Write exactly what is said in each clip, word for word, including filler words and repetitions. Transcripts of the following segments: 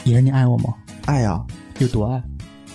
野人，你爱我吗？ 爱呀、啊， 有多爱？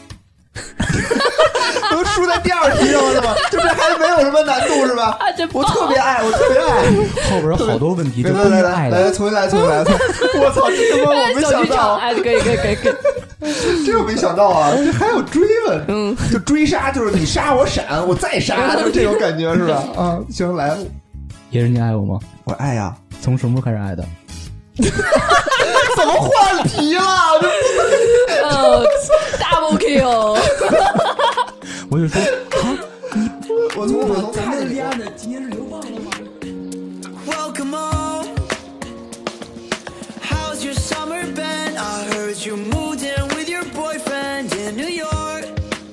都输在第二题上了是吧？这不还没有什么难度是吧？ 啊，这我特别爱，我特别爱。 后边有好多问题就来关于爱的。 来来，重新来，重新来！我操，这他妈我没想到， 哎，可以可以可以可以， 这我没想到啊！这还有追问，嗯，就追杀，就是你杀我闪，我再杀，就这种感觉是吧？啊，行，来， 野人，你爱我吗？ 我爱呀。 从什么时候开始爱的？ 怎么换题了？ 哦 ，double kill！ 我就说啊，你我从我从咱们恋爱的今天是流放了吗 Welcome home. How's your summer been? I heard you moved in with your boyfriend in New York.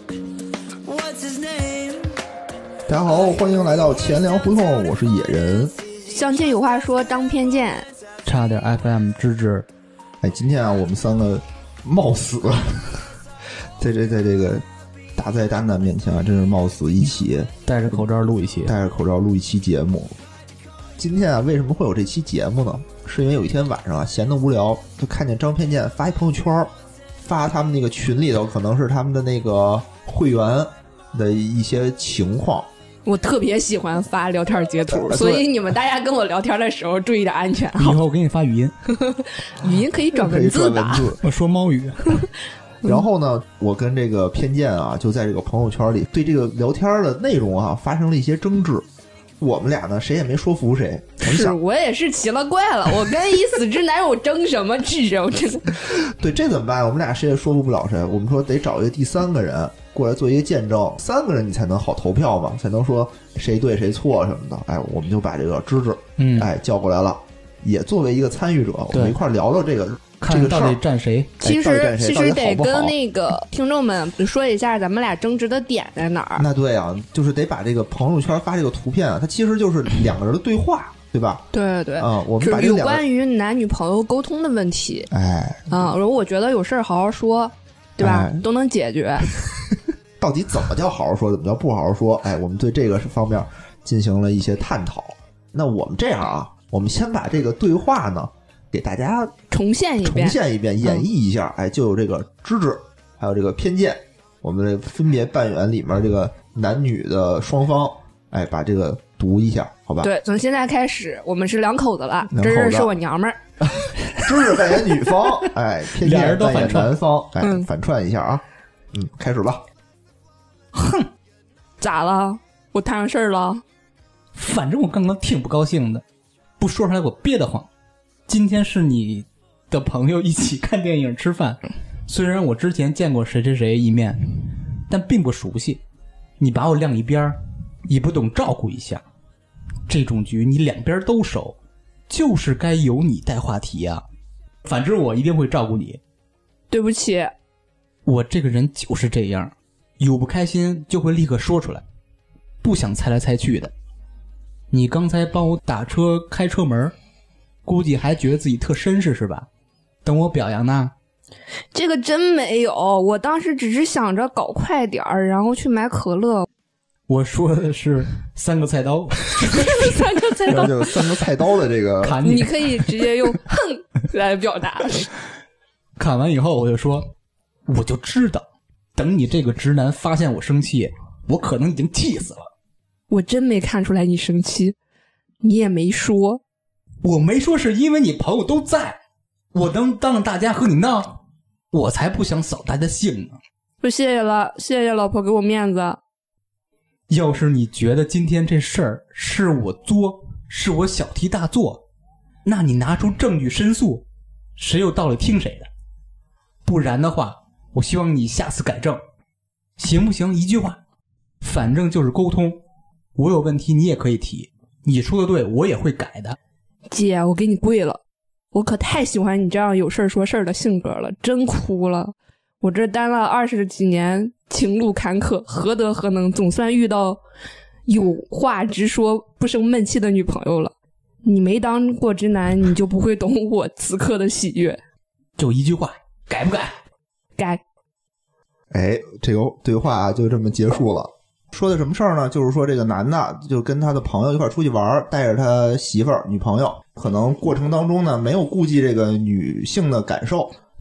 What's his name? 大家好，欢迎来到钱粮胡同，我是野人。 相亲有话说，当偏见。 差点 F M 芝芝。 哎，今天啊，我们三个冒死在这在这个大灾大难面前啊，真是冒死一起戴着口罩录一期， 戴着口罩录一期节目。今天啊，为什么会有这期节目呢？是因为有一天晚上啊，闲得无聊，就看见张偏见发一朋友圈，发他们那个群里头，可能是他们的那个会员的一些情况。 我特别喜欢发聊天截图，所以你们大家跟我聊天的时候注意点安全。 以后我给你发语音， 语音可以转文字的。 我说猫语。 然后呢，我跟这个偏见啊，就在这个朋友圈里对这个聊天的内容啊发生了一些争执。我们俩呢，谁也没说服谁。 是我也是奇了怪了，我跟已死之男友争什么执啊？我真的。对， 这怎么办？我们俩谁也说服不了谁。我们说得找一个第三个人过来做一个见证，三个人你才能好投票嘛，才能说谁对谁错什么的。哎，我们就把这个芝芝，嗯，哎叫过来了，也作为一个参与者，我们一块聊聊这个。 看到底站谁？ 其实其实得跟那个听众们说一下，咱们俩争执的点在哪儿。 那对啊，就是得把这个朋友圈发这个图片啊，它其实就是两个人的对话，对吧？ 对对啊、嗯，我们把这有关于男女朋友沟通的问题。 哎， 啊，如果我觉得有事儿好好说，对吧？哎、都能解决。 到底怎么叫好好说，怎么叫不好好说？哎，我们对这个方面进行了一些探讨。那我们这样啊，我们先把这个对话呢。给大家重现一遍， 重现一遍，演绎一下。嗯、哎，就有这个芝芝，还有这个偏见，我们分别扮演里面这个男女的双方。哎，把这个读一下，好吧？ 对，从现在开始，我们是两口子了。芝芝是我娘们儿， 芝芝扮演女方，哎，偏见扮演男方，哎，嗯、反串一下啊。嗯，开始吧。 哼，咋了？我摊上事儿了？ 反正我刚刚挺不高兴的，不说出来我憋得慌。今天是你的朋友一起看电影吃饭，虽然我之前见过谁谁谁一面，但并不熟悉。你把我晾一边，也不懂照顾一下。这种局你两边都熟，就是该由你带话题啊。反正我一定会照顾你。 对不起， 我这个人就是这样，有不开心就会立刻说出来，不想猜来猜去的。你刚才帮我打车开车门，估计还觉得自己特绅士是吧？等我表扬呢？ 这个真没有，我当时只是想着搞快点儿，然后去买可乐。 我说的是三个菜刀， 三个菜刀， 就三个菜刀的这个， 你, 你可以直接用“哼”来表达。 砍完以后，我就说，我就知道，等你这个直男发现我生气，我可能已经气死了。 我真没看出来你生气，你也没说。 我没说是因为你朋友都在，我能当着大家和你闹，我才不想扫大家兴呢。 不，谢谢了，谢谢老婆给我面子。 要是你觉得今天这事儿是我作，是我小题大做，那你拿出证据申诉，谁有道理听谁的。不然的话，我希望你下次改正，行不行？一句话，反正就是沟通。我有问题你也可以提，你说的对，我也会改的。 姐，我给你跪了，我可太喜欢你这样有事儿说事儿的性格了，真哭了。我这单了二十几年，情路坎坷，何德何能，总算遇到有话直说不生闷气的女朋友了。你没当过直男，你就不会懂我此刻的喜悦。 就一句话，改不改？ 改。 哎，这个对话啊就这么结束了。说的什么事儿呢？就是说这个男的就跟他的朋友一块出去玩，带着他媳妇儿女朋友，可能过程当中呢没有顾及这个女性的感受，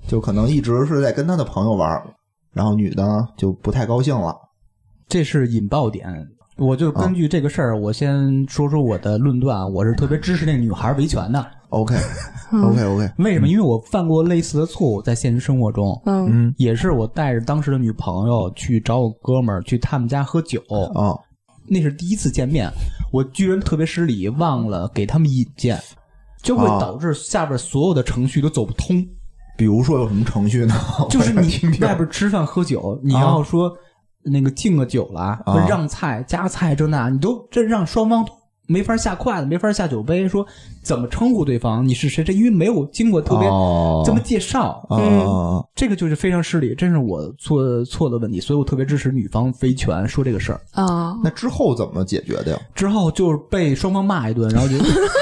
就可能一直是在跟他的朋友玩，然后女的呢就不太高兴了。 这是引爆点。我就根据这个事儿、啊，我先说说我的论断。我是特别支持那个女孩维权的。 OK OK OK， 为什么？因为我犯过类似的错误，在现实生活中， 嗯， 也是我带着当时的女朋友去找我哥们儿去他们家喝酒。 哦， 那是第一次见面，我居然特别失礼，忘了给他们引荐，就会导致下边所有的程序都走不通。 比如说有什么程序呢？ 就是你听听外边吃饭喝酒，你要说那个敬个酒了，或、啊、让菜加菜这那，你都这让双方没法下筷子，没法下酒杯，说怎么称呼对方，你是谁？这因为没有经过特别这么介绍， 哦、 嗯，这个就是非常失礼，真是我错错的问题，所以我特别支持女方维权说这个事儿啊。 那之后怎么解决的呀？ 之后就是被双方骂一顿，然后就，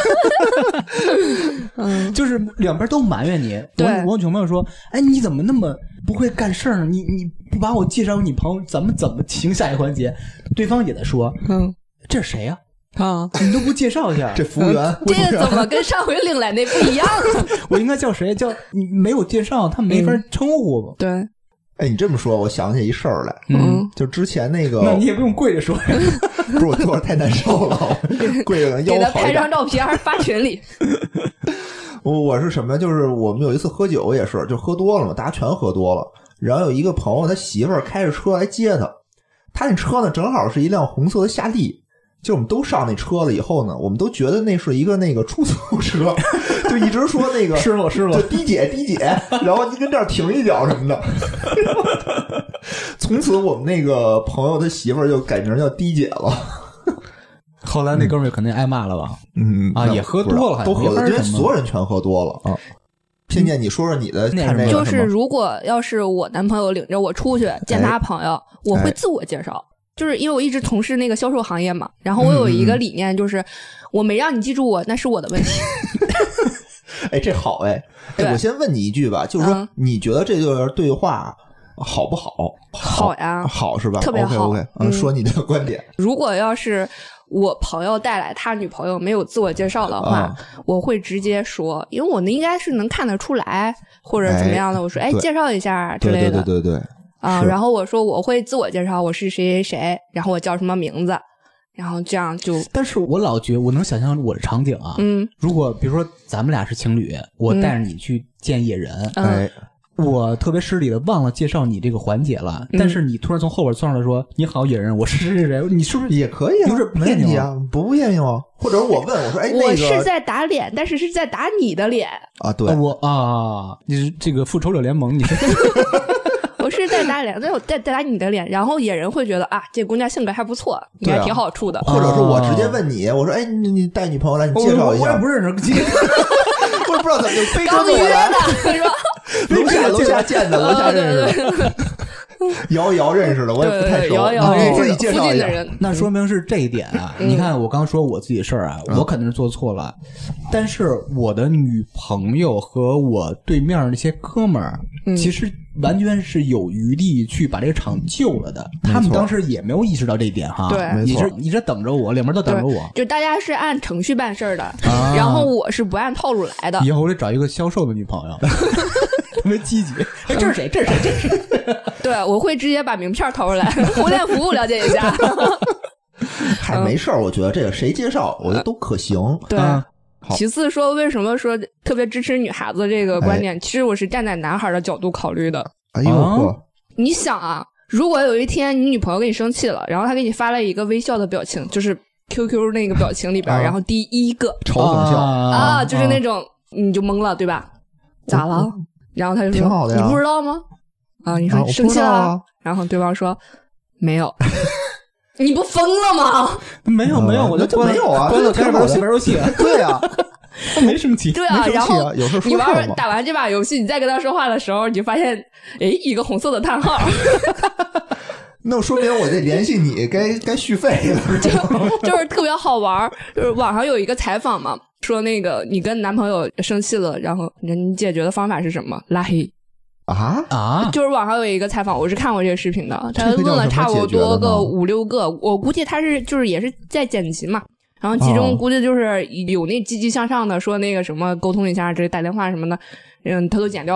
嗯，就是两边都埋怨你。 对， 我我女朋友说，哎，你怎么那么不会干事呢？你你不把我介绍给你朋友，咱们怎么行下一环节？对方也在说，嗯，这是谁呀、啊？ 啊！ 你都不介绍一下， 这服务员， 这个怎么跟上回领来那不一样？ 我应该叫谁？叫你没有介绍，他没法称呼我、 嗯。对， 哎，你这么说，我想起一事儿来， 嗯， 就之前那个， 那你也不用跪着说呀， 不是我坐着太难受了，跪着腰给他拍张照片发群里。 我我是什么？就是我们有一次喝酒也是，就喝多了嘛，大家全喝多了，然后有一个朋友他媳妇儿开着车来接他，他那车呢正好是一辆红色的夏利。就我们都上那车了以后呢，我们都觉得那是一个那个出租车，就一直说那个是了是了， 就滴姐滴姐，然后你跟这儿停一脚什么的。从此我们那个朋友他媳妇儿就改名叫滴姐了。 后来那哥们儿肯定挨骂了吧？ 嗯啊，也喝多了， 都喝了，因为所有人全喝多了啊。偏见，你说说你的看这个， 就是如果要是我男朋友领着我出去见他朋友，哎、我会自我介绍。哎就是因为我一直从事那个销售行业嘛，然后我有一个理念，就是、嗯、我没让你记住我，那是我的问题。 哎，这好哎！哎，我先问你一句吧，就是说，嗯、你觉得这段对话好不好？ 好呀， 好是吧？ 特别好。 OK， 嗯，说你的观点。 如果要是我朋友带来他女朋友没有自我介绍的话，嗯、我会直接说，因为我呢应该是能看得出来，或者怎么样的。哎、我说，哎，介绍一下之类的。 对对对对对。 啊、呃，然后我说我会自我介绍，我是谁谁谁，然后我叫什么名字，然后这样就。 但是我老觉我能想象我的场景啊， 嗯， 如果比如说咱们俩是情侣，我带着你去见野人， 嗯、 哎， 我特别失礼的忘了介绍你这个环节了，嗯、但是你突然从后边窜上来说：“你好，野人，我是谁谁谁。”你是不是也可以啊？ 有点别扭啊？不别扭啊？或者我问我说：“哎，那个、 我是在打脸，但是是在打你的脸啊？”对， 我啊，你是这个复仇者联盟，你是。 我是在打脸，但我在打你的脸，然后野人会觉得啊，这姑娘性格还不错，应该挺好处的。 啊、或者是我直接问你，我说，哎，你你带女朋友来，你介绍一下。 我也不认识， 我也不知道怎么就非刚约的是吧？ 楼下楼下见的，楼下认识的。瑶瑶认识的，我也不太熟。 瑶瑶认识自己介绍一下。 那说明是这一点啊！ 嗯、 你看，我刚说我自己事儿啊，嗯、我肯定是做错了，但是我的女朋友和我对面那些哥们儿， 嗯、 其实完全是有余力去把这个场救了的。他们当时也没有意识到这一点哈， 对， 一直一直等着我，两边都等着我。 就大家是按程序办事儿的，啊、然后我是不按套路来的。 以后我得找一个销售的女朋友。特别积极，哎，这是谁？这是谁？这是谁？ 对，我会直接把名片掏出来，婚恋服务了解一下。 还没事儿，我觉得这个谁介绍，我觉得都可行。 对， 嗯、 其次说为什么说特别支持女孩子这个观点，哎、其实我是站在男孩的角度考虑的。 哎呦呵， 你想啊，如果有一天你女朋友跟你生气了，然后她给你发了一个微笑的表情，就是 Q Q 那个表情里边，啊、然后第一个嘲讽笑啊，就是那种、啊、你就懵了，对吧？咋了？嗯然后他就说：“ 挺好的呀， 你不知道吗？”啊，你说、啊、生气了、 啊， 然后对方说：“没有。”你不疯了吗？ 没有没有，我就没有啊， 关了开始玩玩游戏了。 对呀、啊， 他没生气。 对啊， 啊然后有时候你玩打完这把游戏，你再跟他说话的时候，你就发现，哎，一个红色的叹号。 那说明我得联系你，该该续费了。 就就是特别好玩，就是网上有一个采访嘛。说那个你跟男朋友生气了，然后你解决的方法是什么？拉黑啊啊！ 就是网上有一个采访，我是看过这个视频的，他问了差不多个五六个，我估计他是就是也是在剪辑嘛，然后其中估计就是有那积极向上的，说那个什么沟通一下，这打电话什么的，嗯，他都剪掉了。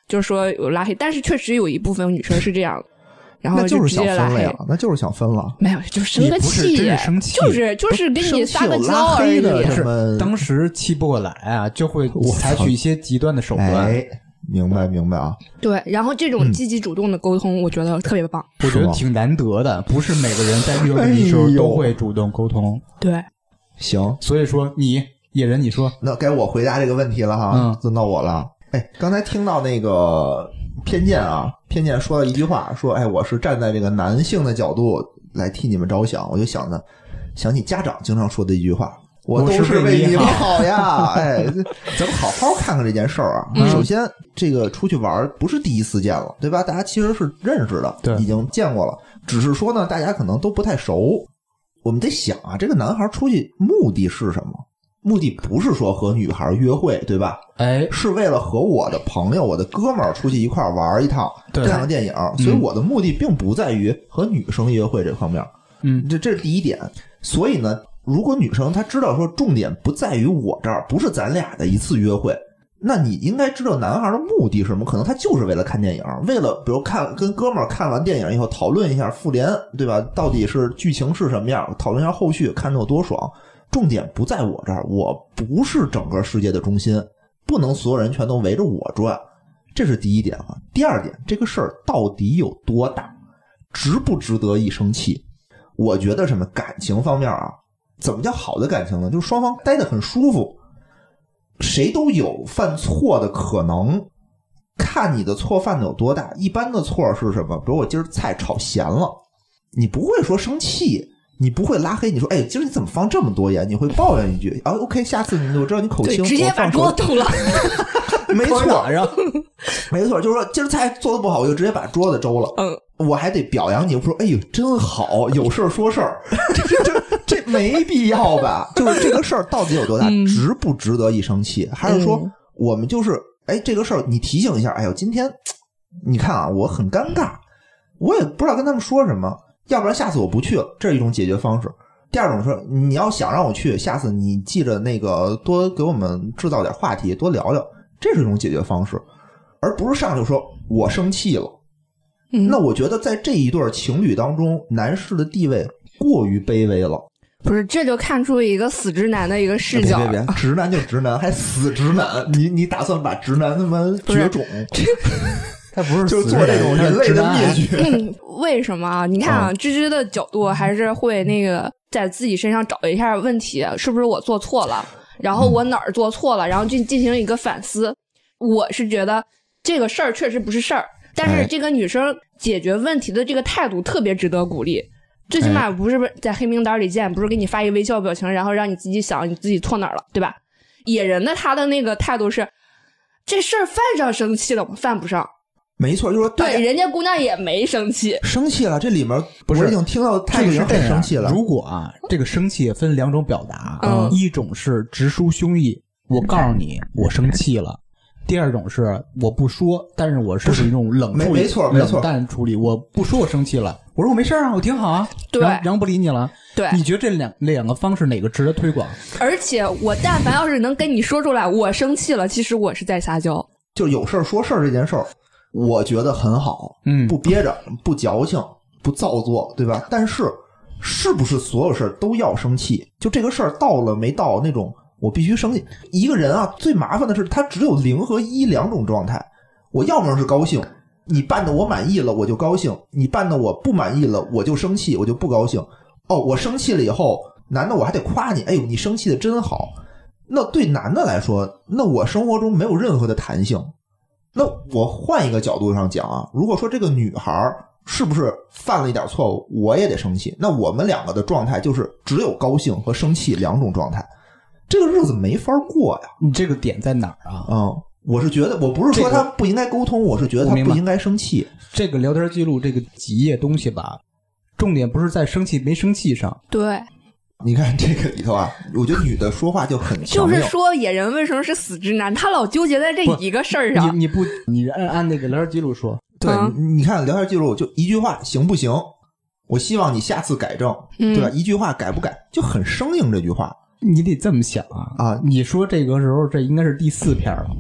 就说有拉黑，但是确实有一部分女生是这样的。然后那就是想直接拉黑分了呀，那就是想分了。 没有，就生个也不是气， 真是生气就是就是给你撒个娇而已。 的是么当时气不过来啊，就会采取一些极端的手段。 哎，明白明白啊。 对，然后这种积极主动的沟通，我觉得特别棒。 我觉得挺难得的，不是每个人在遇到问题的时候都会主动沟通。 对， 行， 所以说你野人，你说， 那该我回答这个问题了哈， 嗯， 轮到我了。哎，刚才听到那个偏见啊，偏见说了一句话，说，哎，我是站在这个男性的角度来替你们着想，我就想着想起家长经常说的一句话，我都是为你们好呀。哎，咱们好好看看这件事儿啊。 嗯、 首先，这个出去玩不是第一次见了，对吧？大家其实是认识的， 对， 已经见过了，只是说呢，大家可能都不太熟。我们得想啊，这个男孩出去目的是什么？目的不是说和女孩约会，对吧？ 哎， 是为了和我的朋友、我的哥们儿出去一块玩一趟，看个电影。所以我的目的并不在于和女生约会这方面。 嗯， 这这是第一点。所以呢，如果女生她知道说重点不在于我这儿，不是咱俩的一次约会，那你应该知道男孩的目的是什么？可能他就是为了看电影，为了比如看跟哥们儿看完电影以后讨论一下复联，对吧？到底是剧情是什么样，讨论一下后续，看着有多爽。重点不在我这儿，我不是整个世界的中心，不能所有人全都围着我转，这是第一点啊。第二点，这个事儿到底有多大，值不值得一生气？我觉得什么感情方面啊，怎么叫好的感情呢？就是双方待得很舒服，谁都有犯错的可能，看你的错犯的有多大。一般的错是什么？比如我今儿菜炒咸了，你不会说生气，你不会拉黑，你说哎，今儿你怎么放这么多盐？你会抱怨一句啊 ，OK， 下次你我知道你口轻， 直接把桌子偷了。 没错， 然后没错，就是说今儿菜做的不好，我就直接把桌子周了。 嗯， 我还得表扬你，我说哎呦真好，有事说事儿，这这这没必要吧？就是这个事儿到底有多大， 嗯、 值不值得一生气？还是说、嗯、我们就是哎这个事儿你提醒一下，哎呦今天你看啊我很尴尬，我也不知道跟他们说什么。要不然下次我不去了，这是一种解决方式。第二种是你要想让我去，下次你记着那个多给我们制造点话题，多聊聊，这是一种解决方式，而不是上就说我生气了。 嗯、 那我觉得在这一对情侣当中，男士的地位过于卑微了。 不是，这就看出一个死直男的一个视角。 别别别，直男就直男，还死直男，你你打算把直男他妈绝种？ 他不是就做这种人类的灭绝、 嗯、为什么啊？你看啊，芝芝的角度还是会那个在自己身上找一下问题，是不是我做错了，然后我哪儿做错了，然后就进行一个反思。我是觉得这个事儿确实不是事儿，但是这个女生解决问题的这个态度特别值得鼓励。最起码不是在黑名单里见，不是给你发一个微笑表情，然后让你自己想你自己错哪儿了，对吧？野人的他的那个态度是，这事儿犯上生气了吗？犯不上。 没错，就是说对，人家姑娘也没生气， 生气了。这里面不是我已经听到太多人很生气了。 如果啊，这个生气分两种表达， 嗯， 一种是直抒胸臆，我告诉你我生气了；第二种是我不说，但是我是属于那种冷处理， 没错没错， 冷淡处理。我不说我生气了，我说我没事啊，我挺好啊， 对， 然后然后不理你了。 对， 你觉得这两两个方式哪个值得推广？ 而且我但凡要是能跟你说出来我生气了，其实我是在撒娇。 就有事儿说事儿这件事儿。我觉得很好， 嗯， 不憋着，不矫情，不造作，对吧？但是，是不是所有事都要生气？就这个事儿到了没到那种我必须生气？一个人啊，最麻烦的是他只有零和一两种状态。我要么是高兴，你办的我满意了，我就高兴；你办的我不满意了，我就生气，我就不高兴。哦，我生气了以后，难道我还得夸你？哎呦，你生气的真好。那对男的来说，那我生活中没有任何的弹性。那我换一个角度上讲啊，如果说这个女孩是不是犯了一点错误，我也得生气，那我们两个的状态就是只有高兴和生气两种状态，这个日子没法过呀。 你这个点在哪儿啊？ 嗯，我是觉得，我不是说他不应该沟通，我是觉得他不应该生气。 这个聊天记录这个几页东西吧，重点不是在生气没生气上。 对。 你看这个里头啊，我觉得女的说话就很强就是说野人为什么是死直男，他老纠结在这一个事儿上。 你你不你按按那个聊天记录说， 对，嗯、你, 你看聊天记录就一句话行不行？我希望你下次改正， 嗯、 对吧？一句话改不改就很生硬。这句话你得这么想啊啊！ 你说这个时候这应该是第四篇了，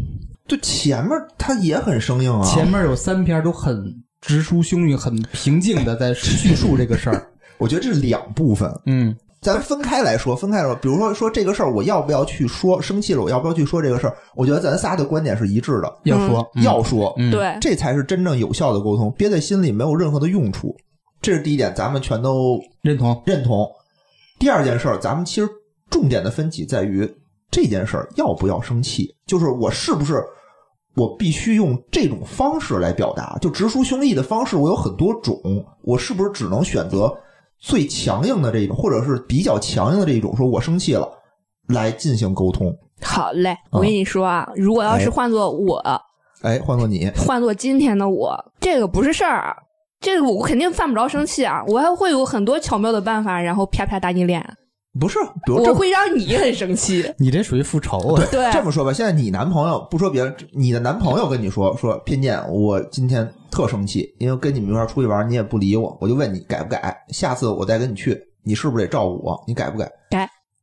就前面他也很生硬啊， 前面有三篇都很直抒胸臆、很平静的在叙述这个事儿。 我觉得这是两部分， 嗯， 咱分开来说，分开来说，比如说说这个事儿，我要不要去说？生气了，我要不要去说这个事儿？我觉得咱仨的观点是一致的， 要说、 嗯、要说， 嗯、 对， 这才是真正有效的沟通，憋在心里没有任何的用处。这是第一点，咱们全都认同认同。第二件事儿，咱们其实重点的分歧在于这件事儿要不要生气，就是我是不是我必须用这种方式来表达，就直抒胸臆的方式我有很多种，我是不是只能选择最强硬的这一种，或者是比较强硬的这一种，说我生气了来进行沟通。 好嘞，我跟你说啊，嗯、如果要是换做我， 哎，换做你， 换做今天的我，这个不是事儿啊，这个我肯定犯不着生气啊，我还会有很多巧妙的办法，然后啪啪打你脸。 不是，比如我会让你很生气。 你这属于复仇啊！ 对， 这么说吧，现在你男朋友不说别人，你的男朋友跟你说说偏见，我今天特生气，因为跟你们一块出去玩，你也不理我，我就问你改不改？下次我再跟你去，你是不是得照顾我？你改不改？ 改，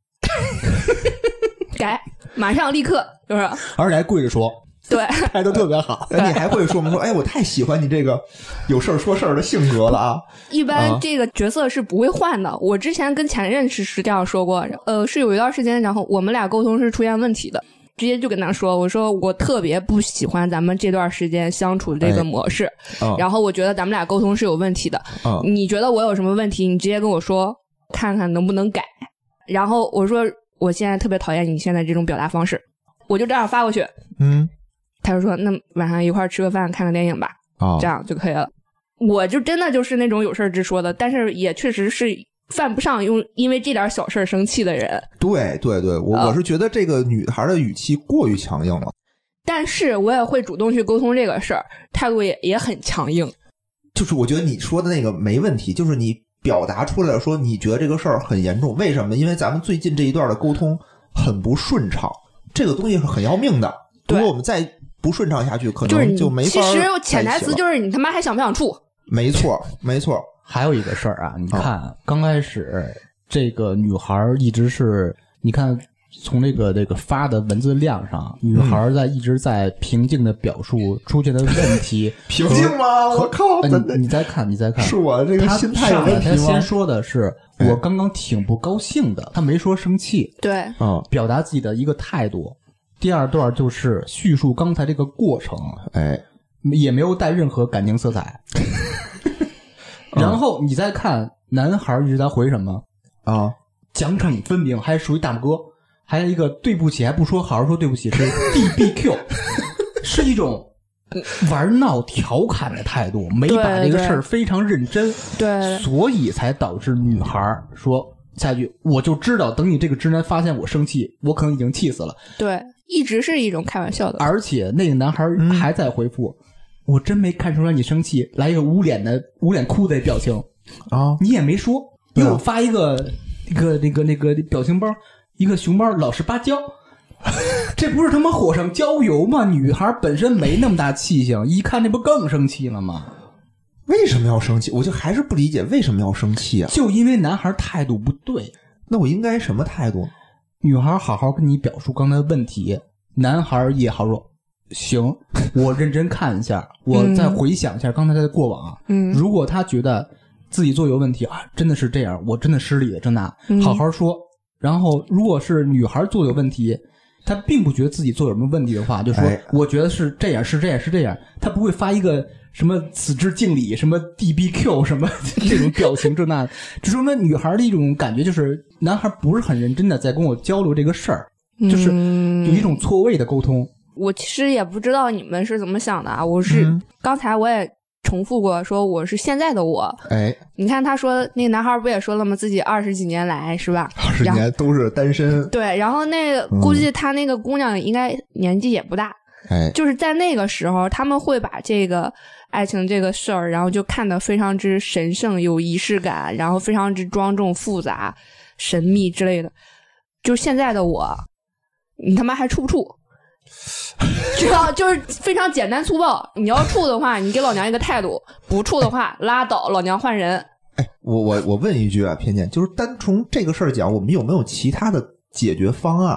改，马上立刻，是不是？ 而且还跪着说。 对， 态度特别好。 你还会说吗？说，哎，我太喜欢你这个有事儿说事儿的性格了啊！ 一般这个角色是不会换的。我之前跟前任是是这样说过，呃，是有一段时间，然后我们俩沟通是出现问题的，直接就跟他说，我说我特别不喜欢咱们这段时间相处的这个模式， 哎哦、 然后我觉得咱们俩沟通是有问题的。 哦、 你觉得我有什么问题？你直接跟我说，看看能不能改。然后我说，我现在特别讨厌你现在这种表达方式，我就这样发过去。 嗯。 他就说那晚上一块儿吃个饭看个电影吧、哦、这样就可以了。我就真的就是那种有事儿直说的，但是也确实是犯不上用因为这点小事儿生气的人。 对对对，我、呃、我是觉得这个女孩的语气过于强硬了， 但是我也会主动去沟通这个事儿，态度也也很强硬。 就是我觉得你说的那个没问题，就是你表达出来说你觉得这个事儿很严重，为什么？因为咱们最近这一段的沟通很不顺畅，这个东西是很要命的。如果我们再不顺畅下去，可能就没法。 其实潜台词就是你他妈还想不想处？ 没错，没错。 还有一个事儿啊，你看、哦、刚开始这个女孩一直是，你看从这个这个发的文字量上，女孩在一直在平静的表述出现的问题。 平静吗？我靠！ 呃、你你再看，你再看， 是我这个心态有问题吗？ 他先说的是我刚刚挺不高兴的，他没说生气。 对， 嗯，表达自己的一个态度。第二段就是叙述刚才这个过程， 哎， 也没有带任何感情色彩。然后你再看男孩一直在回什么啊？ 奖惩分明，还属于大拇哥，还有一个对不起还不说好好说对不起，是 D B Q， 是一种玩闹调侃的态度，没把这个事儿非常认真， 对， 所以才导致女孩说下一句，我就知道等你这个直男发现我生气，我可能已经气死了。 对，一直是一种开玩笑的。 而且那个男孩还在回复、嗯、我真没看出来你生气，来一个捂脸的捂脸哭的表情啊， 你也没说，又发一个一个那个那个表情包，一个熊猫老实巴交。这不是他妈火上浇油吗？女孩本身没那么大气性，一看这不更生气了吗？ 为什么要生气？我就还是不理解为什么要生气啊！ 就因为男孩态度不对。 那我应该什么态度？ 女孩好好跟你表述刚才的问题，男孩也好说行，我认真看一下，我再回想一下刚才的过往。 嗯， 如果他觉得自己做有问题啊，真的是这样，我真的失礼了，真的，好好说。嗯、然后如果是女孩做有问题，她并不觉得自己做有什么问题的话，就说、哎、我觉得是这样，是这样，是这样，她不会发一个什么此致敬礼，什么 D B Q 什么这种表情这那，就说明女孩的一种感觉就是男孩不是很认真的在跟我交流这个事儿，就是有一种错位的沟通。 我其实也不知道你们是怎么想的啊，我是、嗯、刚才我也重复过说我是现在的我。 哎， 你看他说那个男孩不也说了吗？自己二十几年来是吧？ 二十年都是单身。 对，然后那个、嗯、估计他那个姑娘应该年纪也不大。 哎， 就是在那个时候他们会把这个爱情这个事儿然后就看得非常之神圣有仪式感，然后非常之庄重复杂神秘之类的。就是现在的我，你他妈还处不处？知道，就是非常简单粗暴。你要处的话，你给老娘一个态度；不处的话，拉倒，老娘换人。 哎，我我我问一句啊，偏见，就是单从这个事儿讲，我们有没有其他的解决方案？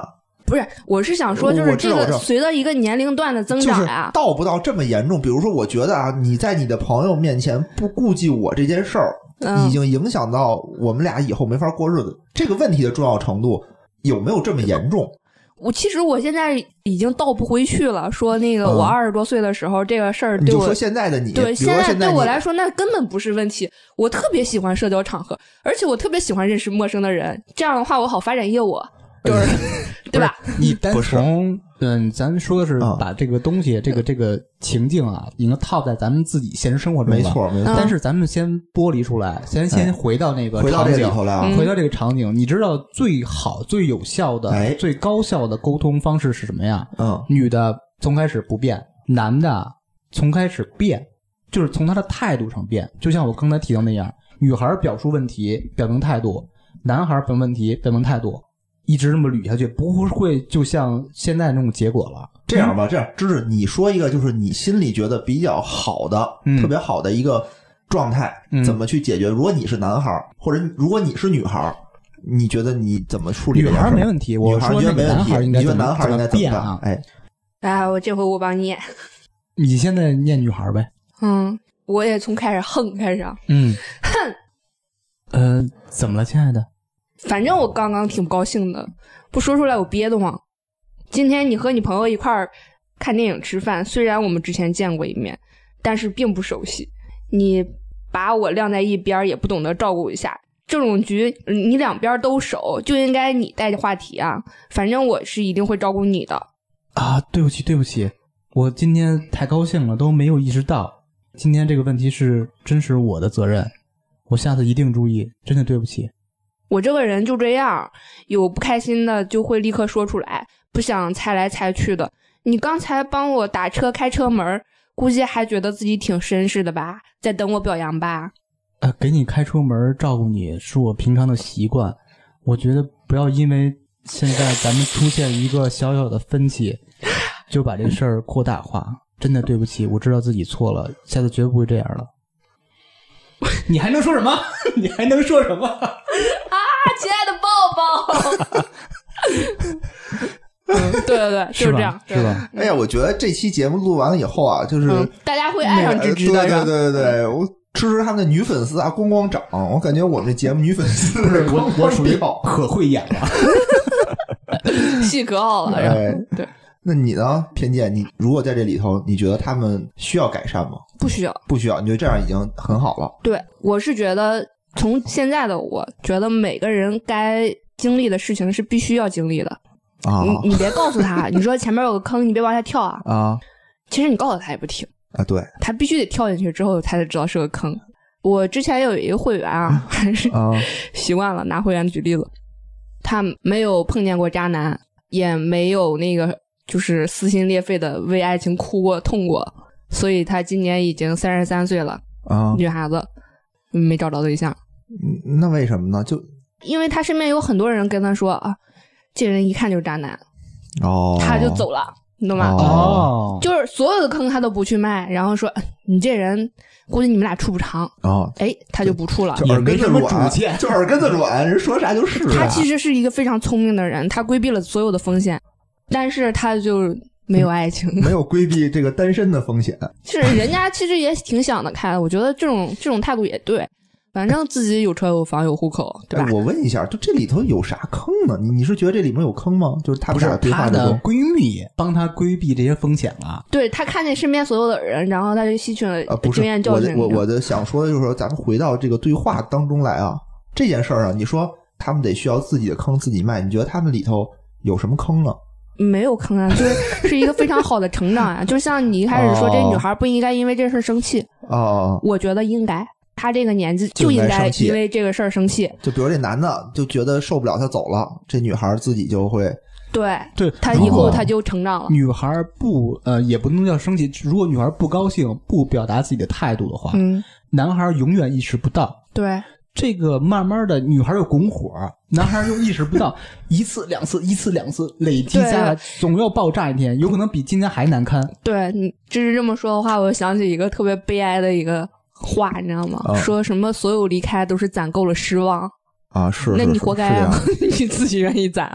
不是，我是想说，就是这个随着一个年龄段的增长呀、 就是，到不到这么严重。比如说，我觉得啊，你在你的朋友面前不顾及我这件事儿，嗯、已经影响到我们俩以后没法过日子。这个问题的重要程度有没有这么严重？ 我其实我现在已经倒不回去了，说那个我二十多岁的时候、嗯、这个事儿对我， 你就说现在的你， 对， 现在对我来说那根本不是问题。我特别喜欢社交场合，而且我特别喜欢认识陌生的人，这样的话我好发展业务，就是对吧？ 你单从嗯，咱说的是把这个东西、嗯、这个这个情境啊，已经套在咱们自己现实生活中了， 没错没错。 但是咱们先剥离出来，先先回到那个场景， 回到这里头来、啊， 回到这个场景。你知道最好、最有效的、 哎、 最高效的沟通方式是什么呀？ 嗯， 女的从开始不变，男的从开始变，就是从他的态度上变。就像我刚才提到那样，女孩表述问题、表明态度，男孩表明问题、表明态度。一直这么捋下去，不会就像现在那种结果了。 这样吧，这样芝芝，你说一个就是你心里觉得比较好的、嗯、特别好的一个状态，嗯、怎么去解决？如果你是男孩，或者如果你是女孩，你觉得你怎么处理？ 女孩没问题，我说那个男孩应该怎么男孩应该怎么变啊？ 哎， 哎，我这回我帮你念， 你现在念女孩呗。 嗯，我也从开始横开始啊。 嗯，哼，呃，怎么了，亲爱的？ 反正我刚刚挺不高兴的，不说出来我憋得慌。今天你和你朋友一块儿看电影吃饭，虽然我们之前见过一面，但是并不熟悉。你把我晾在一边，也不懂得照顾一下。这种局你两边都熟，就应该你带着话题啊。反正我是一定会照顾你的。 啊，对不起对不起，我今天太高兴了，都没有意识到今天这个问题是真是我的责任，我下次一定注意，真的对不起。 我这个人就这样，有不开心的就会立刻说出来，不想猜来猜去的。你刚才帮我打车开车门，估计还觉得自己挺绅士的吧，在等我表扬吧。 呃，给你开车门照顾你是我平常的习惯，我觉得不要因为现在咱们出现一个小小的分歧就把这事儿扩大化，真的对不起，我知道自己错了，下次绝不会这样了。你还能说什么？你还能说什么？ 啊，亲爱的抱抱！嗯，对对对，就是这样， 是吧？ 哎呀，我觉得这期节目录完了以后啊，就是、 嗯、大家会爱上芝芝的， 对对对对对，我芝芝他们的女粉丝啊，咣咣涨，我感觉我们这节目女粉丝我我属于可会演了， 戏可好了， 哎， 对。 那你呢？偏见，你如果在这里头，你觉得他们需要改善吗？ 不需要， 不需要。你觉得这样已经很好了？ 对，我是觉得从现在的我觉得每个人该经历的事情是必须要经历的啊。 你你别告诉他，你说前面有个坑，你别往下跳啊啊！ 其实你告诉他也不听啊，对， 他必须得跳进去之后，他才知道是个坑。我之前有一个会员啊，还是啊习惯了拿会员举例子，他没有碰见过渣男，也没有那个。就是撕心裂肺的为爱情哭过痛过，所以她今年已经三十三岁了啊， 女孩子没找着对象。 那为什么呢？就因为她身边有很多人跟她说啊，这人一看就是渣男， 哦， 她就走了，你懂吗？ 哦， 就是所有的坑她都不去迈，然后说你这人估计你们俩处不长哦， 哎，她就不处了， 就耳根子软，就耳根子软，人说啥就是、啊。 她其实是一个非常聪明的人，她规避了所有的风险。但是他就没有爱情， 没有规避这个单身的风险。 是人家其实也挺想得开的，我觉得这种这种态度也对。反正自己有车有房有户口，对吧？ 哎、我问一下，就这里头有啥坑呢？你你是觉得这里面有坑吗？就是他不是她的闺蜜帮她规避这些风险了。 对，她看见身边所有的人，然后她就吸取了经验教训。 呃、我的我我的想说的就是说，咱们回到这个对话当中来啊，这件事儿啊，你说他们得需要自己的坑自己迈，你觉得他们里头有什么坑呢？ 没有坑啊，就是是一个非常好的成长啊。就像你一开始说，这女孩不应该因为这事生气哦， 我觉得应该，她这个年纪就应该因为这个事儿生气。 就比如这男的就觉得受不了，他走了，这女孩自己就会对对， 她以后她就成长了。 女孩不呃也不能叫生气，如果女孩不高兴不表达自己的态度的话， 嗯， 男孩永远意识不到。 对。 这个慢慢的女孩又拱火，男孩又意识不到，一次两次一次两次累积下来总要爆炸一天，有可能比今天还难堪。 对，你就是这么说的话，我想起一个特别悲哀的一个话，你知道吗、 啊、 说什么所有离开都是攒够了失望啊，是， 那你活该啊， 你自己愿意攒啊。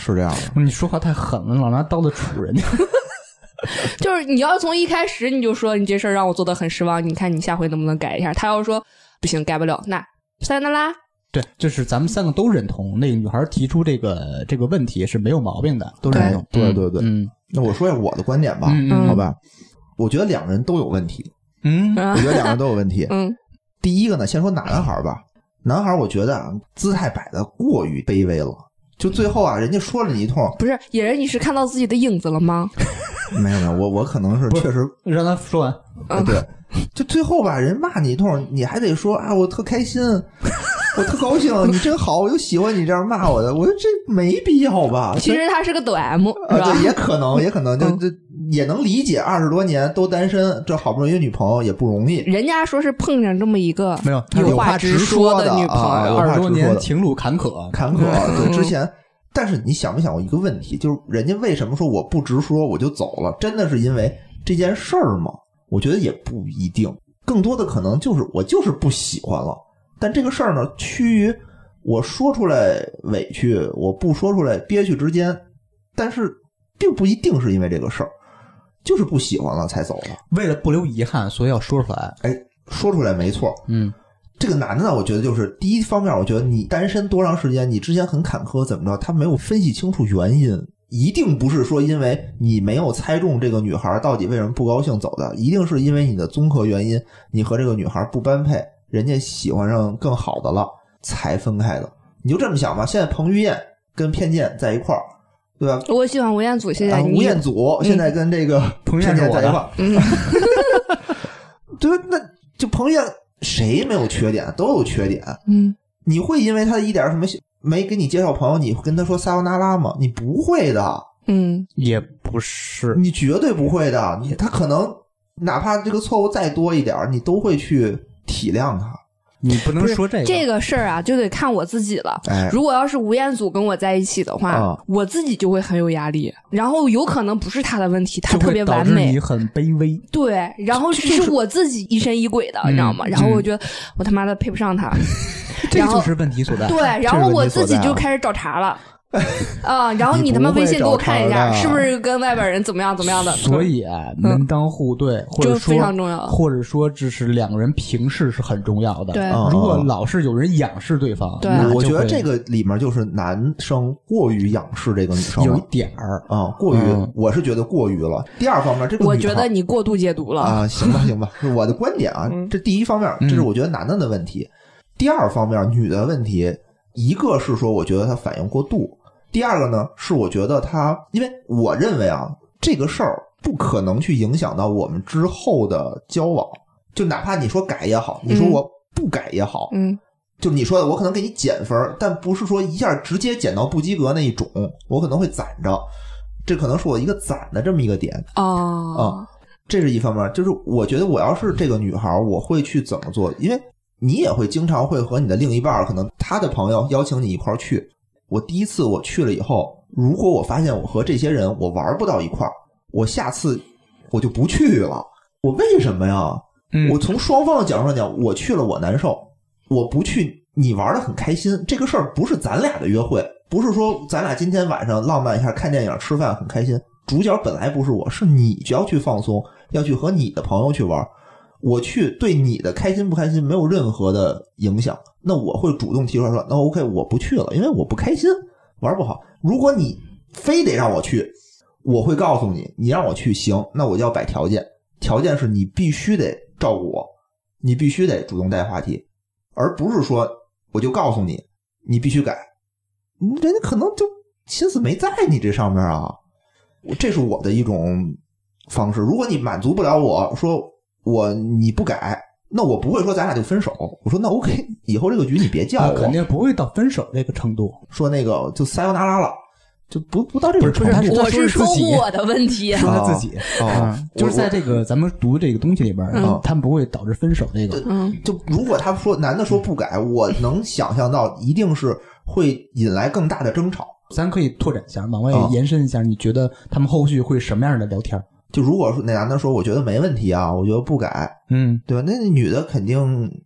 是这样的。 你说话太狠了，老拿刀子杵人家。 就是你要从一开始你就说你这事儿让我做的很失望，你看你下回能不能改一下？他要说不行改不了，那塞那拉。 对，就是咱们三个都认同那个女孩提出这个这个问题是没有毛病的，都认同。 对对对， 嗯， 那我说一下我的观点吧， 嗯好吧？我觉得两人都有问题， 嗯， 我觉得两人都有问题。 嗯， 第一个呢，先说男孩吧，男孩我觉得啊，姿态摆的过于卑微了。就最后啊，人家说了你一通， 不是野人，你是看到自己的影子了吗？ 没有没有，我我可能是确实让他说完。 啊，对，就最后吧，人骂你一通，你还得说啊，我特开心，我特高兴，你真好，我就喜欢你这样骂我的，我觉得这没必要吧。 其实他是个抖 M， 啊， 是吧？ 对，也可能，也可能，就这也能理解，二十多年都单身，这好不容易有女朋友也不容易。 人家说是碰上这么一个没有有话直说的女朋友， 二十多年情路坎坷， 坎坷。对，之前。但是你想没想过一个问题，就是人家为什么说我不直说我就走了？真的是因为这件事儿吗？我觉得也不一定，更多的可能就是我就是不喜欢了。但这个事儿呢，趋于我说出来委屈，我不说出来憋屈之间，但是并不一定是因为这个事儿，就是不喜欢了才走了。 为了不留遗憾，所以要说出来。 哎，说出来没错，嗯。这个男的呢，我觉得就是第一方面，我觉得你单身多长时间，你之前很坎坷怎么着，他没有分析清楚原因，一定不是说因为你没有猜中这个女孩到底为什么不高兴走的，一定是因为你的综合原因，你和这个女孩不般配，人家喜欢上更好的了才分开的。你就这么想吧，现在彭于晏跟偏见在一块儿，对吧？ 我喜欢吴彦祖，现在、啊、 吴彦祖现在跟这个彭于晏在一块儿， 嗯， 对，那就彭于晏。谁没有缺点？都有缺点。 嗯， 你会因为他一点什么没给你介绍朋友，你会跟他说撒由那拉吗？你不会的。 嗯， 也不是， 你绝对不会的。你他可能哪怕这个错误再多一点，你都会去体谅他。 你不能说这个这个事儿啊，就得看我自己了。 哎， 如果要是吴彦祖跟我在一起的话、嗯，我自己就会很有压力，然后有可能不是他的问题，他特别完美， 你很卑微。 对，然后是我自己疑神疑鬼的，嗯、你知道吗？然后我觉得、嗯、我他妈的配不上他， 这就是问题所在。 对，然后我自己就开始找茬了。啊，然后你他妈微信给我看一下，是不是跟外边人怎么样怎么样的？ 所以啊，门当户对，嗯、或者说非常重要， 或者说只是两个人平视是很重要的。 对， 如果老是有人仰视对方， 对， 我觉得这个里面就是男生过于仰视这个女生， 有一点儿啊，过于、嗯，我是觉得过于了。第二方面，这个我觉得你过度解读了啊，行吧，行吧，我的观点啊， 嗯、 这第一方面，这是我觉得男的的问题；嗯、第二方面，女的问题，一个是说我觉得他反应过度。第二个呢，是我觉得他，因为我认为啊，这个事儿不可能去影响到我们之后的交往，就哪怕你说改也好，你说我不改也好， 嗯， 就你说的我可能给你减分，但不是说一下直接减到不及格那一种，我可能会攒着，这可能是我一个攒的这么一个点啊啊，这是一方面，就是我觉得我要是这个女孩，我会去怎么做，因为你也会经常会和你的另一半，可能他的朋友邀请你一块儿去。我第一次我去了以后，如果我发现我和这些人我玩不到一块儿，我下次我就不去了。我为什么呀？嗯，我从双方的角度上讲，我去了我难受，我不去你玩得很开心。这个事儿不是咱俩的约会，不是说咱俩今天晚上浪漫一下看电影吃饭很开心。主角本来不是我，是你就要去放松，要去和你的朋友去玩。我去对你的开心不开心没有任何的影响，那我会主动提出来说，那 OK 我不去了，因为我不开心，玩不好。如果你非得让我去，我会告诉你，你让我去行，那我就要摆条件，条件是你必须得照顾我，你必须得主动带话题，而不是说我就告诉你你必须改，人家可能就心思没在你这上面啊。这是我的一种方式。如果你满足不了我说我你不改，那我不会说咱俩就分手。我说那 OK， 以后这个局你别叫我， 肯定不会到分手这个程度。 说那个就撒由那拉了，就不不到这个程度。 我是说我的问题， 说他自己啊， 就是在这个咱们读这个东西里边， 嗯、 他们不会导致分手这个。 嗯， 就如果他说男的说不改，我能想象到一定是会引来更大的争吵。 咱可以拓展一下，往外延伸一下，你觉得他们后续会什么样的聊天？ 就如果说那男的说我觉得没问题啊，我觉得不改， 嗯， 对吧？那女的肯定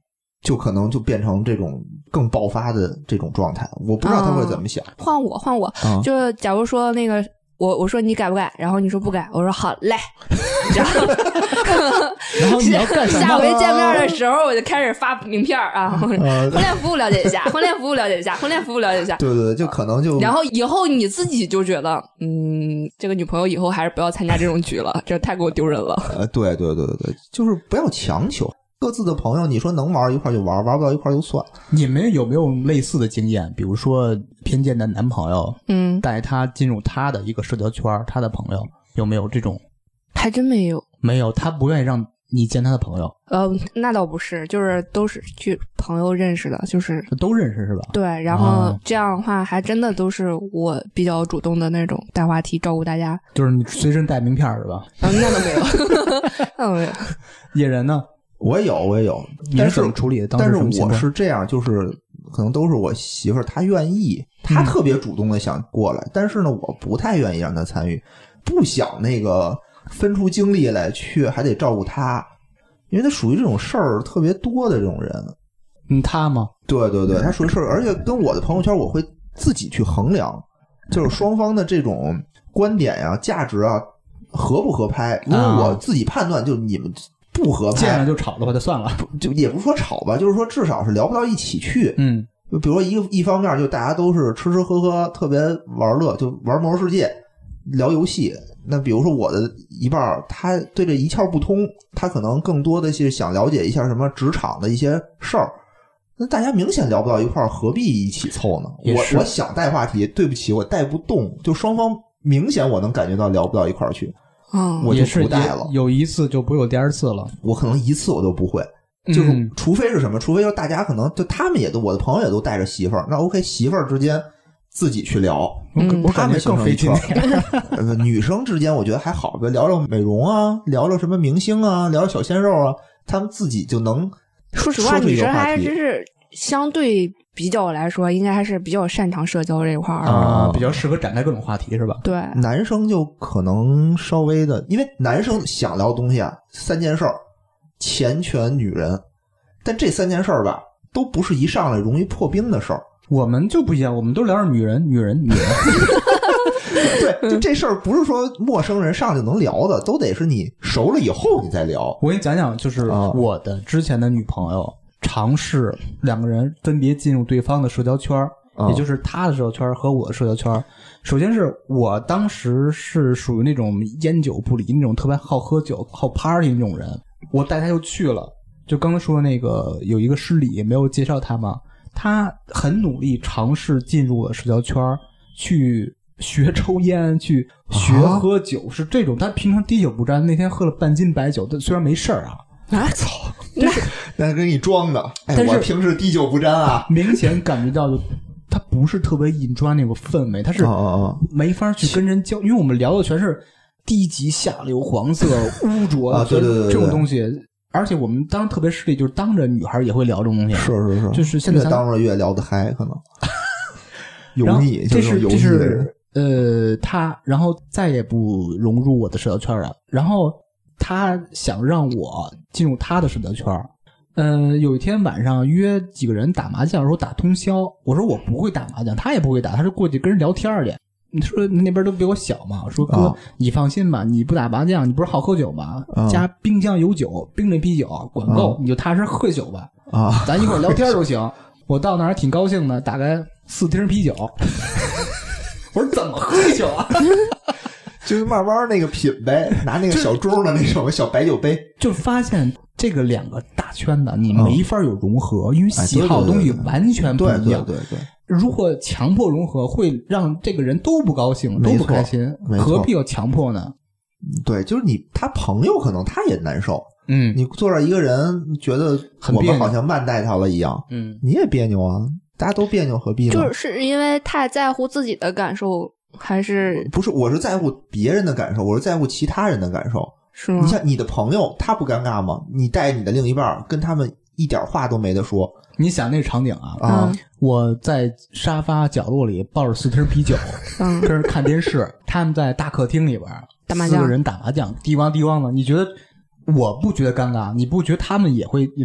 就可能就变成这种更爆发的这种状态。我不知道他会怎么想。 啊、换我，换我， 啊、 就假如说那个我我说你改不改，然后你说不改，我说好嘞，然后然后你要干什么？ 下回见面的时候我就开始发名片啊，婚恋服务了解一下，婚恋服务了解一下，婚恋服务了解一下。 对对对，就可能就然后以后你自己就觉得，嗯，这个女朋友以后还是不要参加这种局了，这太给我丢人了。 呃，对对对对对，就是不要强求。各自的朋友，你说能玩一块就玩，玩不到一块就算。 你们有没有类似的经验？比如说偏见的男朋友， 嗯， 带他进入他的一个社交圈，他的朋友有没有这种？ 还真没有， 没有，他不愿意让你见他的朋友。 呃，那倒不是，就是都是去朋友认识的，就是都认识是吧？ 对，然后这样的话，还真的都是我比较主动的那种带话题，照顾大家。 就是你随身带名片是吧？ 啊，那倒没有，那倒没有。 野人呢？ 我也有，我也有， 你是怎么处理的？当时但是我是这样，就是可能都是我媳妇儿她愿意，她特别主动的想过来，嗯、但是呢，我不太愿意让她参与，不想那个分出精力来去，还得照顾她，因为她属于这种事儿特别多的这种人。 嗯，她吗？ 对对对，她属于事儿，而且跟我的朋友圈我会自己去衡量，就是双方的这种观点呀、价值啊合不合拍。如果我自己判断，就你们。不合拍， 见了就吵的话就算了， 就也不是说吵吧，就是说至少是聊不到一起去。 嗯， 就比如说一个一方面，就大家都是吃吃喝喝，特别玩乐，就玩魔兽世界，聊游戏。那比如说我的一半，他对这一窍不通，他可能更多的是想了解一下什么职场的一些事儿。那大家明显聊不到一块儿，何必一起凑呢？我我想带话题，对不起，我带不动。就双方明显我能感觉到聊不到一块儿去。 嗯， 我就不带了。 有一次就不会有第二次了。 我可能一次我都不会，就是、嗯、除非是什么，除非就大家可能就他们也都我的朋友也都带着媳妇儿，那 OK， 媳妇儿之间自己去聊， 嗯、 他们更费劲。 呃，女生之间我觉得还好，比如聊聊美容啊，聊聊什么明星啊，聊聊小鲜肉啊，他们自己就能说实话，女生还真是相对。比较来说，应该还是比较擅长社交这一块儿啊、呃，比较适合展开各种话题，是吧？ 对， 男生就可能稍微的，因为男生想聊的东西啊，三件事儿：钱、权、女人。但这三件事儿吧，都不是一上来容易破冰的事儿。 我们就不一样，我们都聊着女人，女人，女人。 对，就这事儿不是说陌生人上就能聊的，都得是你熟了以后你再聊。 我给你讲讲，就是我的之前的女朋友。尝试两个人分别进入对方的社交圈、哦、也就是他的社交圈和我的社交圈。首先是我当时是属于那种烟酒不离那种特别好喝酒好 party 那种人，我带他就去了，就刚才说那个有一个失礼没有介绍他嘛，他很努力尝试进入了社交圈，去学抽烟，去学喝酒、啊、是这种。他平常滴酒不沾，那天喝了半斤白酒，但虽然没事儿啊啊操！那那给你装的，哎，我平时滴酒不沾啊， 明显感觉到就他不是特别引抓那个氛围，他是没法去跟人交，因为我们聊的全是低级、下流、黄色、污浊啊，对对对， 这种东西。而且我们当时特别势利，就是当着女孩也会聊这种东西， 是是是， 就是现在越当着越聊得嗨，可能油腻， 这是油腻这是呃，他然后再也不融入我的社交圈了，然后。他想让我进入他的社交圈，呃，有一天晚上约几个人打麻将，说打通宵。我说我不会打麻将，他也不会打，他就过去跟人聊天去。你说那边都比我小嘛？我说哥，哦、你放心吧，你不打麻将，你不是好喝酒吗？哦、家冰箱有酒，冰镇啤酒管够，哦、你就踏实喝酒吧。 啊、哦， 咱一块聊天就行。我到那儿挺高兴的，打开四听啤酒。我说怎么喝酒啊？ 就是慢慢那个品呗，拿那个小盅的那种小白酒杯， 就发现这个两个大圈子你没法有融合，嗯、因为喜好的东西完全不一样。 对对 对, 对, 对, 对， 如果强迫融合，会让这个人都不高兴，都不开心，何必要强迫呢？ 对，就是你他朋友可能他也难受， 嗯， 你坐着一个人觉得我们好像慢待他了一样， 嗯， 你也别扭啊，大家都别扭，何必呢？ 就是因为太在乎自己的感受。还是不是？我是在乎别人的感受，我是在乎其他人的感受。 是吗？ 你像你的朋友，他不尴尬吗？你带你的另一半，跟他们一点话都没得说。 你想那个场景啊， 啊、 嗯， 我在沙发角落里抱着四瓶啤酒， 嗯， 跟着看电视，他们在大客厅里边打麻将， 四个人打麻将，滴汪滴汪的。你觉得我不觉得尴尬？你不觉得他们也会有那种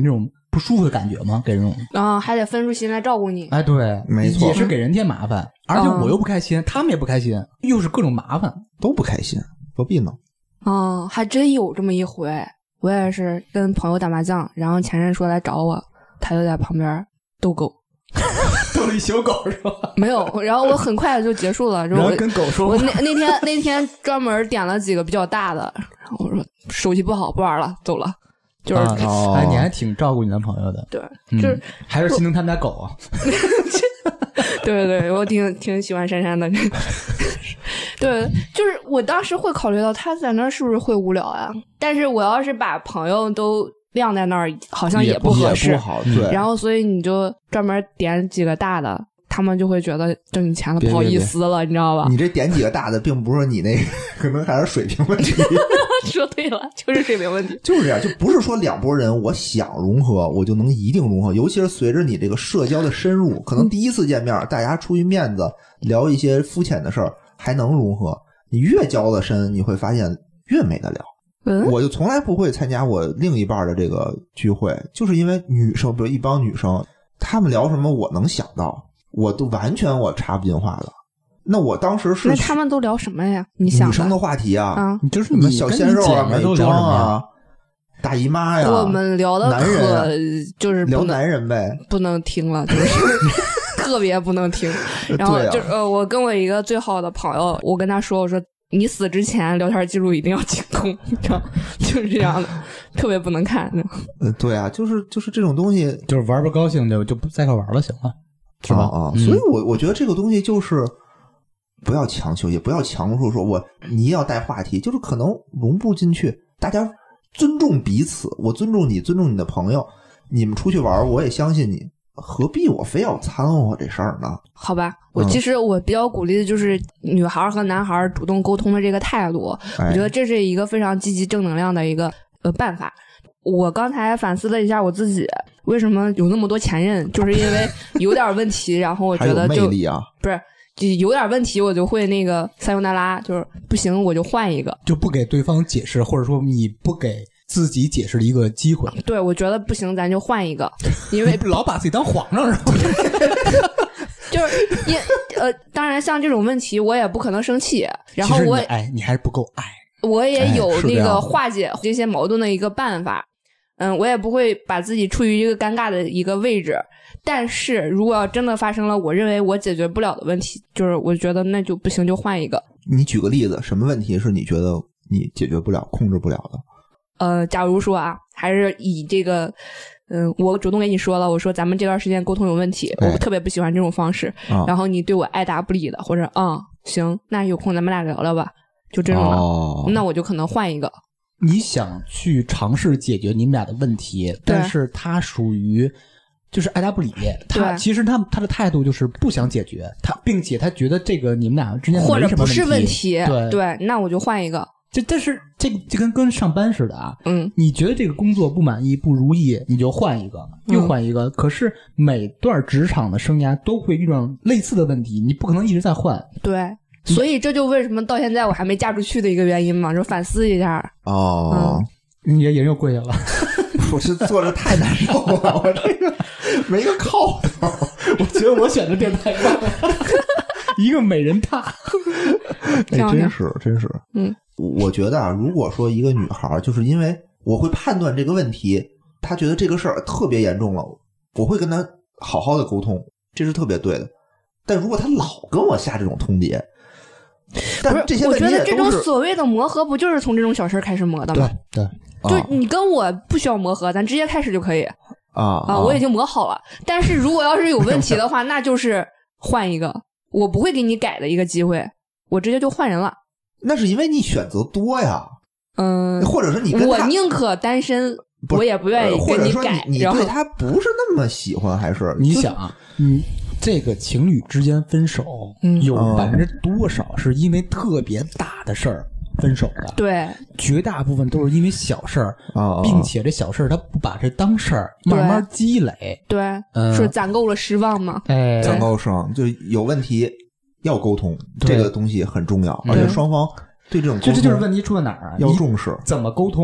不舒服的感觉吗？给人种啊，还得分出心来照顾你。 哎，对， 没错也是给人添麻烦，而且我又不开心，他们也不开心，又是各种麻烦， 都不开心，何必呢？ 啊，还真有这么一回，我也是跟朋友打麻将，然后前任说来找我，他就在旁边逗狗。 逗了一宿狗是吧？ 没有，然后我很快就结束了。 然后跟狗说我那那天那天专门点了几个比较大的，然后我说手气不好，不玩了，走了。就是、 啊哦、哎，你还挺照顾你男朋友的。 对，就是、 嗯、还是心疼他们家狗啊。 对对对，我挺挺喜欢珊珊的。对，就是我当时会考虑到他在那儿是不是会无聊呀？但是我要是把朋友都晾在那儿，好像也不合适。 也不好，对。 然后所以你就专门点几个大的，他们就会觉得挣你钱了，不好意思了，你知道吧？ 你这点几个大的，并不是你那个，可能还是水平问题。 说对了，就是水平问题。 就是这样，就不是说两拨人我想融合，我就能一定融合。尤其是随着你这个社交的深入，可能第一次见面，大家出于面子聊一些肤浅的事儿，还能融合。你越交的深，你会发现越没得聊。 嗯， 我就从来不会参加我另一半的这个聚会，就是因为女生，比如一帮女生，她们聊什么我能想到，我都完全我插不进话的。那我当时是那他们都聊什么呀？你想女生的话题啊， 啊就是什么小鲜肉啊、美妆啊、大姨妈呀。 我们聊的男人、啊、 就是聊男人呗， 不能听了，就是特别不能听。然后就、啊、呃，我跟我一个最好的朋友，我跟他说，我说你死之前聊天记录一定要清空，你知道，就是这样的，特别不能看。 呃，对啊，就是就是这种东西， 就是玩不高兴就就不再一块玩了，行了，是吧？ 啊，啊嗯、所以我我觉得这个东西就是不要强求，也不要强说说我你要带话题，就是可能融不进去，大家尊重彼此，我尊重你，尊重你的朋友，你们出去玩，我也相信你。何必我非要掺和这事儿呢？ 好吧，我其实我比较鼓励的就是女孩和男孩主动沟通的这个态度， 哎、 我觉得这是一个非常积极正能量的一个呃办法。我刚才反思了一下我自己，为什么有那么多前任，就是因为有点问题，然后我觉得就还有魅力啊， 不是就有点问题，我就会那个塞尤那拉，就是不行我就换一个， 就不给对方解释，或者说你不给自己解释的一个机会。 对，我觉得不行，咱就换一个，因为老把自己当皇上是吧？ 就是因呃，当然像这种问题我也不可能生气，然后我哎，你还是不够爱， 我也有那哎、 个化解这些矛盾的一个办法。嗯，我也不会把自己处于一个尴尬的一个位置。但是如果要真的发生了我认为我解决不了的问题，就是我觉得那就不行，就换一个。 你举个例子，什么问题是你觉得你解决不了、控制不了的？ 呃，假如说啊，还是以这个，嗯、呃，我主动跟你说了，我说咱们这段时间沟通有问题， 哎、 我特别不喜欢这种方式， 哦、 然后你对我爱答不理的，或者啊、嗯，行，那有空咱们俩聊聊吧，就这种的， 哦、 那我就可能换一个。 你想去尝试解决你们俩的问题，但是他属于就是爱答不理，他其实他他的态度就是不想解决，他并且他觉得这个你们俩之间没什么问题， 或者不是问题， 对对，那我就换一个。 这但是这个就跟跟上班似的啊， 嗯， 你觉得这个工作不满意不如意，你就换一个，又换一个。嗯、可是每段职场的生涯都会遇到类似的问题，你不可能一直在换。 对，所以这就为什么到现在我还没嫁出去的一个原因嘛，就反思一下。 哦， 嗯、 你也又跪下了， 我是坐着太难受了，我这个没个靠头。 我觉得我选的电台棒了，一个美人榻。 哎，真是真是， 嗯。 我觉得啊，如果说一个女孩就是因为我会判断这个问题，她觉得这个事儿特别严重了，我会跟她好好的沟通，这是特别对的。但如果她老跟我下这种通牒，但这些问题也都是， 我觉得这种所谓的磨合，不就是从这种小事开始磨的吗？ 对对，就你跟我不需要磨合，咱直接开始就可以啊啊！我已经磨好了。但是如果要是有问题的话，那就是换一个，我不会给你改的一个机会，我直接就换人了。 那是因为你选择多呀， 嗯， 或者说你跟他我宁可单身，我也不愿意跟你改。 或者说你你对他不是那么喜欢，还是你想啊，嗯，这个情侣之间分手， 嗯、 有百分之多少是因为特别大的事儿分手的？ 对， 绝大部分都是因为小事儿， 哦、 并且这小事儿他不把这当事儿，慢慢积累。 对， 嗯、 说攒够了失望嘛， 哎， 攒够失望就有问题。要沟通，这个东西很重要，而且双方对这种沟通， 这这就是问题出在哪儿啊？ 要重视怎么沟通？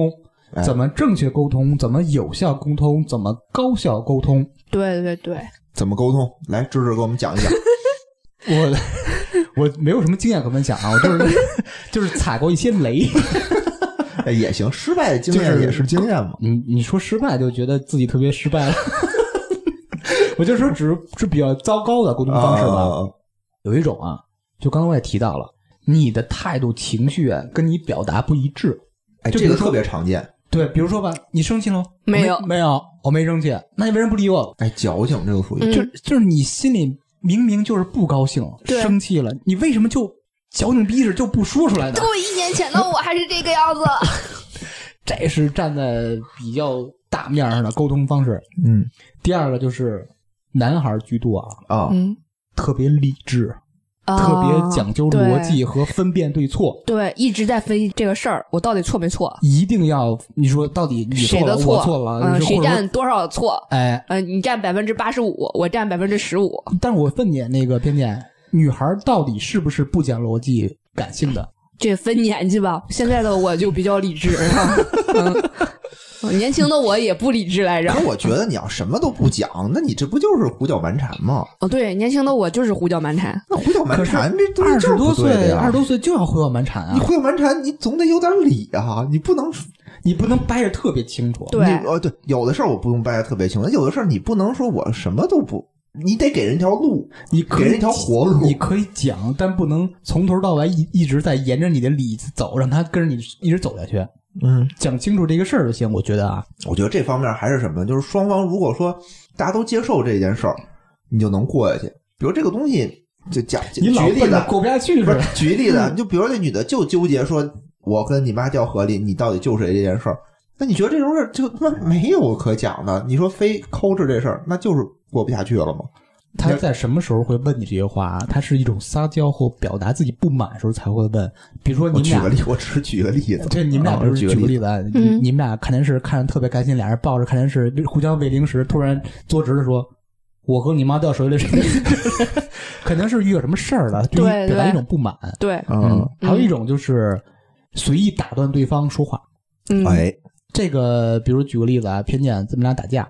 哎怎么正确沟通，怎么有效沟通，怎么高效沟通。 对对对， 怎么沟通？来，芝芝给我们讲一讲。 我我没有什么经验可分享啊，我就是就是踩过一些雷。 哎，也行，失败的经验也是经验嘛。 你你说失败就觉得自己特别失败了。我就说只是是比较糟糕的沟通方式吧。 啊有一种啊，就刚刚我也提到了，你的态度、情绪啊，跟你表达不一致。 哎， 就比如说这个特别常见。 对，比如说吧，你生气了？ 没有我没，没有，我没生气。那你为什么不理我？ 哎，矫情，这个属于。 嗯就就是你心里明明就是不高兴、 对生气了，你为什么就矫情逼着就不说出来呢？ 对，一年前的我还是这个样子。 这是站在比较大面上的沟通方式。 嗯第二个就是男孩居多啊， 啊， 嗯， 特别理智， 啊特别讲究逻辑和分辨对错。 对，一直在分析这个事儿，我到底错没错？ 一定要你说到底你错了， 谁的错？ 我错了， 嗯， 是或者说谁占多少的错？ 哎， 呃，你占百分之八十五，我占百分之十五。 但是我问你，那个偏见，女孩到底是不是不讲逻辑、感性的？ 这分年纪吧，现在的我就比较理智。嗯，年轻的我也不理智来着可。我觉得你要什么都不讲，那你这不就是胡搅蛮缠吗？ 哦，对，年轻的我就是胡搅蛮缠。 那胡搅蛮缠这东西二就是十多岁， 不对的呀二十多岁就要胡搅蛮缠你啊！ 胡搅蛮缠，你总得有点理啊，你不能你不能掰着特别清楚。 对你呃对，有的事儿我不用掰得特别清楚，有的事儿你不能说我什么都不，你得给人一条路， 你可以给人一条活路。 你可以讲，但不能从头到尾一一直在沿着你的理走，让他跟着你一直走下去。 嗯， 讲清楚这个事儿就行，我觉得啊， 我觉得这方面还是什么呢？就是双方如果说大家都接受这件事儿，你就能过下去。比如这个东西，就讲你老举例子， 奔着过不下去不是似的。 举例子，就比如那女的就纠结说，我跟你妈掉河里，你到底救谁这件事儿？那你觉得这种事儿就他妈没有可讲的？你说非抠着这事儿，那就是过不下去了吗？ 他在什么时候会问你这些话？他是一种撒娇或表达自己不满的时候才会问。比如说你们俩我举个，例，我只是举个例子。 对，你们俩啊比如举个例子， 举个例子啊，你嗯你们俩看电视看着特别开心，俩人抱着看电视，互相喂零食，突然坐直了说：“我和你妈掉水里。”肯定是遇到什么事儿了，对对对表达一种不满。 对， 嗯， 还有一种就是随意打断对方说话。 嗯， 哎， 这个，比如举个例子啊，偏见，咱们俩打架，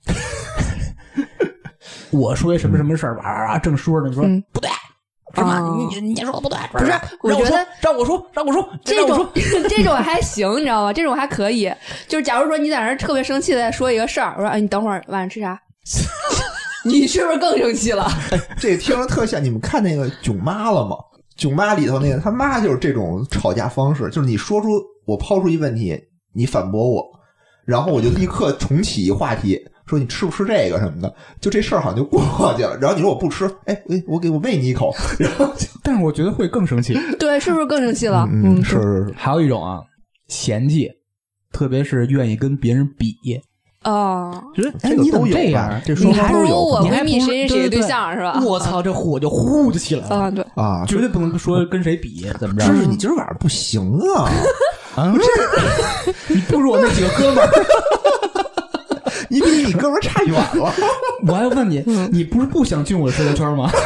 我说一什么什么事儿，啊，正说着，你说嗯不对，是吧？ 啊你你你说的不对， 不是我让我说觉得让我说，让我说， 这让我种说这种还行，你知道吗？这种还可以。就是假如说你在那儿特别生气的在说一个事儿，我说哎，你等会儿晚上吃啥？你是不是更生气了？ 这听着特像你们看那个《囧妈》了吗？《囧妈》里头那个他妈就是这种吵架方式，就是你说出我抛出一问题，你反驳我，然后我就立刻重启一话题，说你吃不吃这个什么的，就这事儿好像就过去了。然后你说我不吃，哎，哎我给我喂你一口，然后就但是我觉得会更生气。 对，是不是更生气了？ 嗯，是是是， 还有一种啊，嫌弃，特别是愿意跟别人比， 哦， 就是哎， 这个你怎么都有吧这样？ 这双你还不如方都有我闺蜜你还不如谁谁谁对对对对象是吧？ 我操，这火就呼就起来了， 啊，对， 啊。 绝对不能说跟谁比，怎么着？ 芝芝，你今儿晚上不行啊！ 啊，你不如我那几个哥们儿。 你比你哥们儿差远了。 我还问你，你不是不想进我的社交圈吗？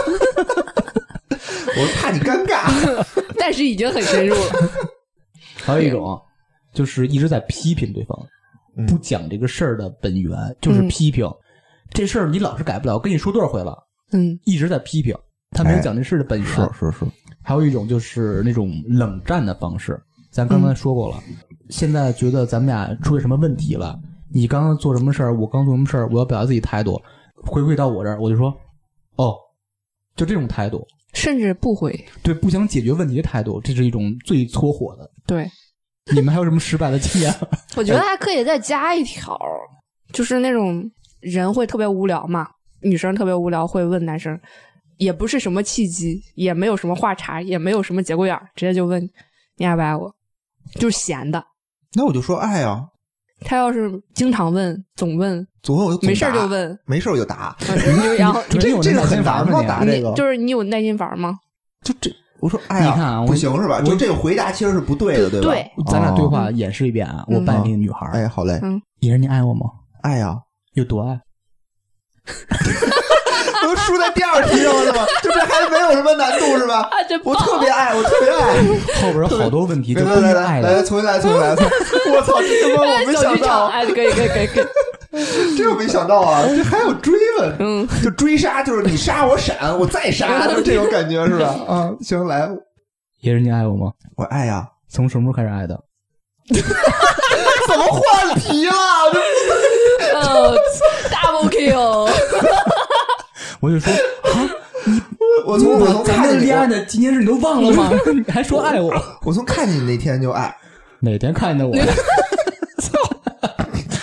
我怕你尴尬。 但是已经很深入了。 还有一种，就是一直在批评对方， 嗯不讲这个事儿的本源，就是批评。这事儿你老是改不了，我跟你说多少回了， 嗯， 一直在批评，他没有讲这事儿的本源。 是是， 还有一种就是那种冷战的方式，咱刚才说过了。现在觉得咱们俩出现什么问题了，你刚刚做什么事儿，我刚做什么事儿，我要表达自己态度，回馈到我这儿，我就说，哦，就这种态度。 甚至不回。 对，不想解决问题的态度，这是一种最搓火的。 对， 你们还有什么失败的经验吗？ 我觉得还可以再加一条，就是那种人会特别无聊嘛，女生特别无聊会问男生，也不是什么契机，也没有什么话茬，也没有什么节骨眼儿，直接就问你爱不爱我，就是闲的。 那我就说爱啊， 他要是经常问，总问， 总问我就总没事儿答就问， 没事儿我就答。 你就然后你这这个很难吗？ 你答这个你就是你有耐心法吗？ 就这，我说哎呀， 你看啊我不行是吧？ 我就这个回答其实是不对的，对吧？ 对咱俩对哦话演示一遍啊！我扮演那个女孩儿， 哎，好嘞， 嗯， 野人，你爱我吗？ 爱呀， 有多爱？ 都输在第二题上了是吧？就这还没有什么难度是吧？ 啊，真棒我特别爱，我特别爱。 后边有好多问题就来关于来来来， 爱的。 重新来，重新来！我操，这他妈我没小剧场， 想到， 哎，可以可以可以可以， 这我没想到啊！这还有追问， 嗯， 就追杀，就是你杀我闪，我再杀，就这种感觉是吧？啊，行，来， 爷人，你爱我吗？ 我爱呀。 从什么时候开始爱的？ 怎么换题了？ 哦 ，double kill， 我就说啊， 我从我从咱看见你们恋爱的纪念日你都忘了吗？你还说爱我？ 我从看见你那天就爱。 哪天看见的我？操！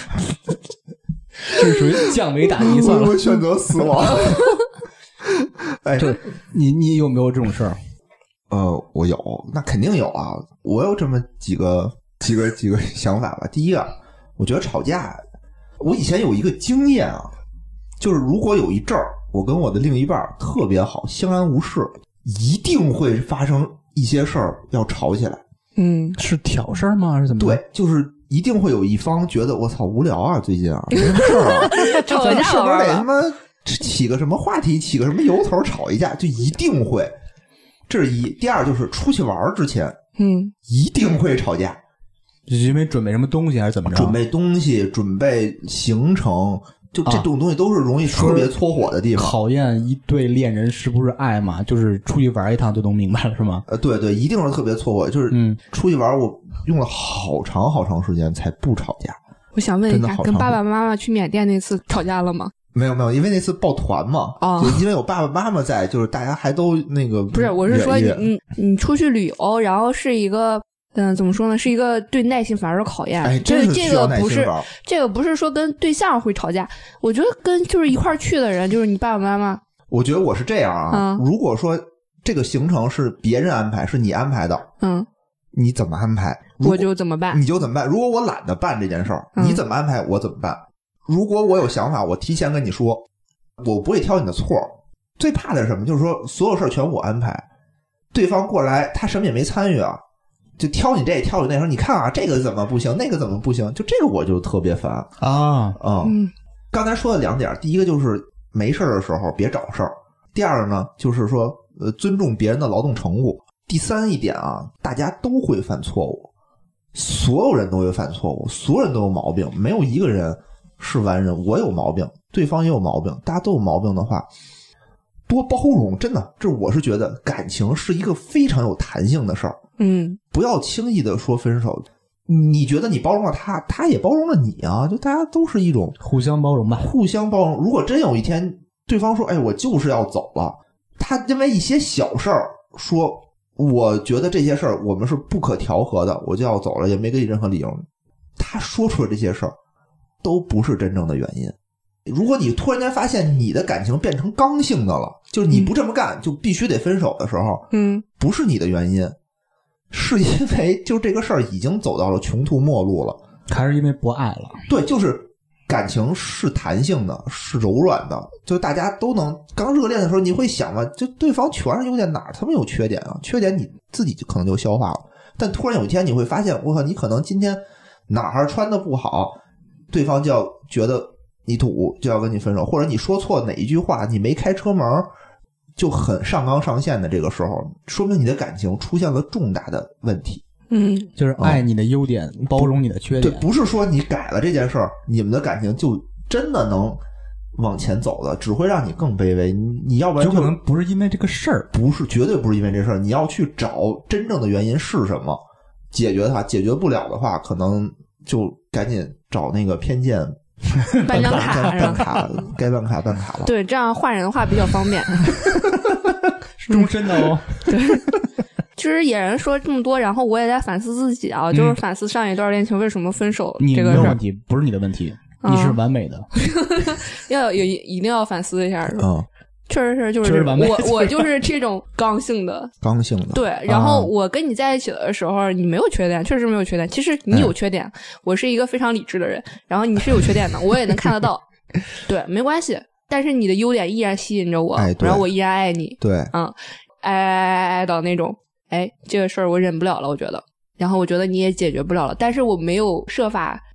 这属于降维打击，算了。 我选择死亡。哎， 这你你有没有这种事儿？ 呃，我有，那肯定有啊。我有这么几个几个几个想法吧。第一个，我觉得吵架，我以前有一个经验啊，就是如果有一阵儿我跟我的另一半特别好，相安无事，一定会发生一些事儿要吵起来。 嗯， 是挑事儿吗？还是怎么？ 对，就是一定会有一方觉得我操无聊啊，最近啊没什么事儿啊， 吵架咱们是不是玩了， 得他妈起个什么话题，起个什么由头吵一架，就一定会。这是一。第二就是出去玩之前， 嗯， 一定会吵架， 就是因为准备什么东西还是怎么着？ 准备东西，准备行程，就这种东西都是容易特别搓火的地方。 考验一对恋人是不是爱嘛？就是出去玩一趟就能明白了，是吗？ 呃，对对，一定是特别搓火。就是嗯， 出去玩，我用了好长好长时间才不吵架。 我想问一下， 真的好长跟爸爸妈妈去缅甸那次吵架了吗？ 没有没有，因为那次抱团嘛， 哦就因为有爸爸妈妈在，就是大家还都那个不是，我是说远一远你你出去旅游，然后是一个嗯、呃，怎么说呢？是一个对耐心反而的考验。 哎， 这这真是需要个不是耐心玩这个不是说跟对象会吵架，我觉得跟就是一块儿去的人，就是你爸爸妈妈。 我觉得我是这样啊， 嗯如果说这个行程是别人安排，是你安排的， 嗯， 你怎么安排，如果我就怎么办？ 你就怎么办？如果我懒得办这件事儿， 嗯你怎么安排，我怎么办？如果我有想法，我提前跟你说，我不会挑你的错。最怕的是什么？就是说所有事儿全我安排，对方过来他什么也没参与啊，就挑你这挑你那，说你看啊，这个怎么不行，那个怎么不行？就这个我就特别烦啊。 嗯， 嗯刚才说的两点，第一个就是没事儿的时候别找事儿，第二个呢就是说呃尊重别人的劳动成果。第三一点啊，大家都会犯错误，所有人都会犯错误，所有人都有毛病，没有一个人是完人。我有毛病，对方也有毛病，大家都有毛病的话，多包容，真的，这我是觉得感情是一个非常有弹性的事儿， 嗯不要轻易的说分手。你觉得你包容了他，他也包容了你啊，就大家都是一种互相包容吧。 互相包容。如果真有一天对方说，哎，我就是要走了，他因为一些小事儿说，我觉得这些事儿我们是不可调和的，我就要走了，也没给你任何理由。他说出的这些事儿都不是真正的原因。如果你突然间发现你的感情变成刚性的了，就是你不这么干就必须得分手的时候， 嗯， 不是你的原因，是因为就这个事儿已经走到了穷途末路了。 还是因为不爱了。 对，就是感情是弹性的，是柔软的，就大家都能。刚热恋的时候你会想嘛，就对方全是优点，哪儿他们有缺点啊？缺点你自己就可能就消化了。但突然有一天你会发现，我靠，你可能今天哪儿穿的不好，对方就要觉得你土，就要跟你分手，或者你说错哪一句话，你没开车门就很上纲上线的，这个时候说明你的感情出现了重大的问题。 嗯， 就是爱你的优点，嗯、包容你的缺对， 点。 不是说你改了这件事儿，你们的感情就真的能往前走的，只会让你更卑微。你你要不然就有可能不是因为这个事儿， 不是，绝对不是因为这事儿。你要去找真正的原因是什么，解决它。解决不了的话，可能就赶紧找那个偏见办张卡办是吧？ 卡，该办卡办卡了。 对，这样换人的话比较方便。 是终身的哦。 对，其实野人说这么多，然后我也在反思自己啊， 嗯就是反思上一段恋情为什么分手你这个事儿， 没有问题，不是你的问题， 嗯你是完美的。 要有一定要反思一下。 嗯， 确实是，就是确实完美我我就是这种刚性的。 刚性的。 对，然后我跟你在一起的时候，你没有缺点，确实没有缺点。其实你有缺点，我是一个非常理智的人，然后你是有缺点的，我也能看得到。对，没关系，但是你的优点依然吸引着我， 哎对然后我依然爱你。 对， 嗯，爱爱爱爱到那种，哎，这个事儿我忍不了了，我觉得，然后我觉得你也解决不了了，但是我没有设法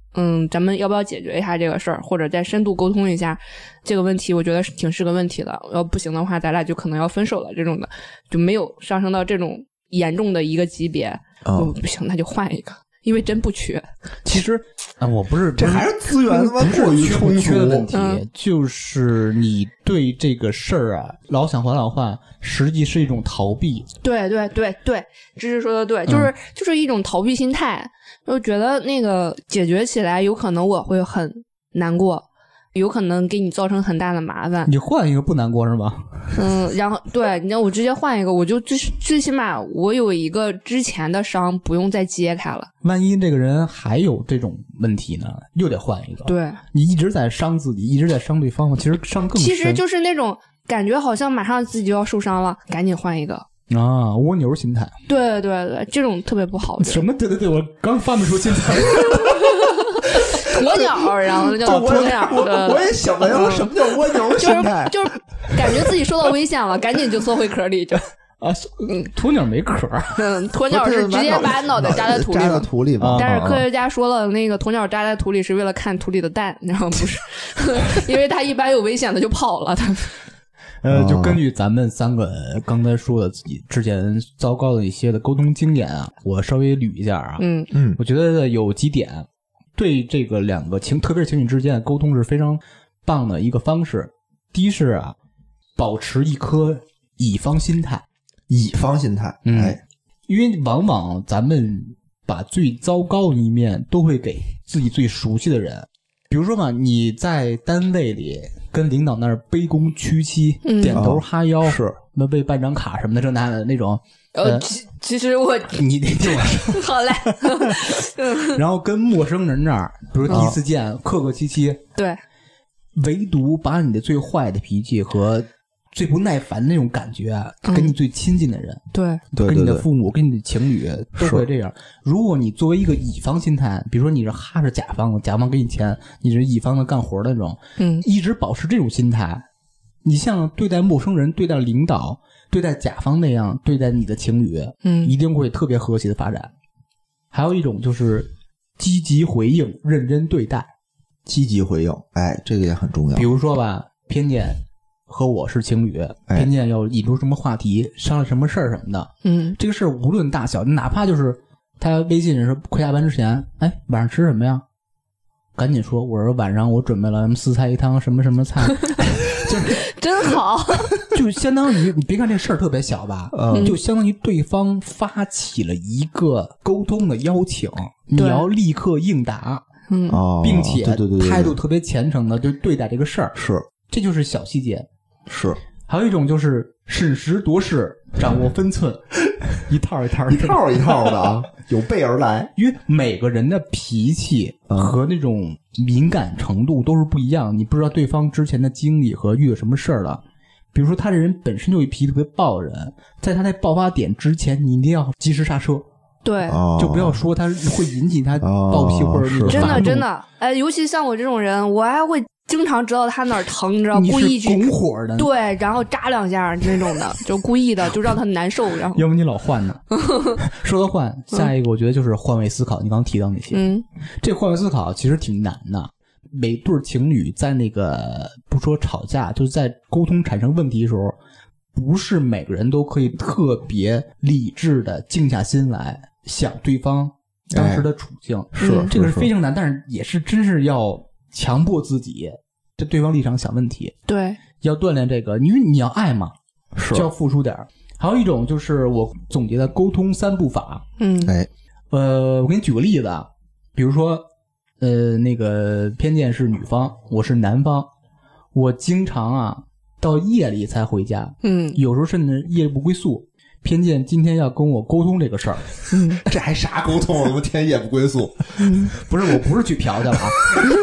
嗯，咱们要不要解决一下这个事儿，或者再深度沟通一下这个问题，我觉得是挺是个问题的。要不行的话，咱俩就可能要分手了，这种的就没有上升到这种严重的一个级别。 哦嗯，不行，那就换一个，因为真不缺。 其实啊，我不是这还是资源他妈不是过于缺不充缺的问题， 足。 嗯就是你对这个事儿啊老想还老换，实际是一种逃避。 对对对对，芝芝说的对，就是、 嗯、 就是一种逃避心态，就觉得那个解决起来有可能我会很难过，有可能给你造成很大的麻烦。 你换一个不难过是吧？ 嗯，然后对，你让我直接换一个，我就最最起码我有一个之前的伤不用再揭开了。 万一这个人还有这种问题呢，又得换一个。 对， 你一直在伤自己，一直在伤对方，其实伤更深。 其实就是那种感觉，好像马上自己就要受伤了，赶紧换一个。 啊，蜗牛心态。 对对对，这种特别不好。 什么？对对对，我刚发明出心态。 鸵鸟，然后叫鸵鸟的。 我也想不到什么叫蜗牛心态， 就是就是感觉自己受到危险了，赶紧就缩回壳里就。 啊，嗯，鸵鸟没壳。 嗯，鸵鸟是直接把脑袋扎在土里， 扎在土里嘛。 但是科学家说了，那个鸵鸟扎在土里是为了看土里的蛋，然后不是，因为它一般有危险的就跑了。它。 呃，就根据咱们三个刚才说的自己之前糟糕的一些的沟通经验啊，我稍微捋一下啊。 嗯嗯， 我觉得有几点对这个两个情，特别是情侣之间的沟通是非常棒的一个方式。第一是啊，保持一颗乙方心态。 乙方心态， 嗯、 哎， 因为往往咱们把最糟糕的一面都会给自己最熟悉的人。比如说嘛，你在单位里跟领导那儿卑躬屈膝、嗯、点头哈腰， 哦、是那为办张卡什么的这那的那种。 呃，其其实我你得听我说。 好嘞。 然后跟陌生人那儿，比如第一次见，哦、客客气气。 对。 唯独把你的最坏的脾气和最不耐烦的那种感觉啊， 嗯、 跟你最亲近的人， 对， 跟你的父母、跟你的情侣都会这样。如果你作为一个乙方心态，比如说你是哈着甲方，甲方给你钱，你是乙方的干活的那种， 嗯， 一直保持这种心态，你像对待陌生人、对待领导、对待甲方那样对待你的情侣， 嗯， 一定会特别和谐的发展。还有一种就是积极回应、认真对待。 积极回应，哎，这个也很重要。 比如说吧，偏见和我是情侣，偏见要引出什么话题，商量什么事儿什么的， 嗯， 这个事儿无论大小，哪怕就是他微信说快下班之前，哎，晚上吃什么呀？赶紧说，我说晚上我准备了什么四菜一汤什么什么菜，就是真好， 就相当于你别看这事儿特别小吧， 嗯， 就相当于对方发起了一个沟通的邀请，你要立刻应答。 嗯， 并且对对对， 态度特别虔诚的就对待这个事儿， 是， 这就是小细节。 是， 还有一种就是审时度势，掌握分寸，一套一套一套一套的啊，有备而来。 因为每个人的脾气和那种敏感程度都是不一样，你不知道对方之前的经历和遇到什么事儿了。比如说他这人本身就一脾气特别暴的人，在他在爆发点之前，你一定要及时刹车。 对、 哦， 就不要说他会引起他暴脾或者真的真的，哎，尤其像我这种人，我还会经常知道他哪儿疼，你知道，故意去拱火的， 对，然后扎两下那种的，就故意的，就让他难受。然后， 要不你老换呢？说到换，下一个我觉得就是换位思考。你刚刚提到那些， 嗯， 这换位思考其实挺难的。每对情侣在那个不说吵架，就是在沟通产生问题的时候，不是每个人都可以特别理智的静下心来想对方当时的处境， 哎、是、 嗯、这个是非常难，但是也是真是要强迫自己在对方立场想问题， 对， 要锻炼这个，因为你要爱嘛， 是就要付出点。还有一种就是我总结的沟通三步法， 嗯， 哎， 呃，我给你举个例子啊，比如说，呃，那个偏见是女方，我是男方，我经常啊到夜里才回家， 嗯， 有时候甚至夜不归宿。偏见今天要跟我沟通这个事儿， 嗯，这还啥沟通？我们天夜不归宿， 嗯，不是，我不是去嫖去了啊，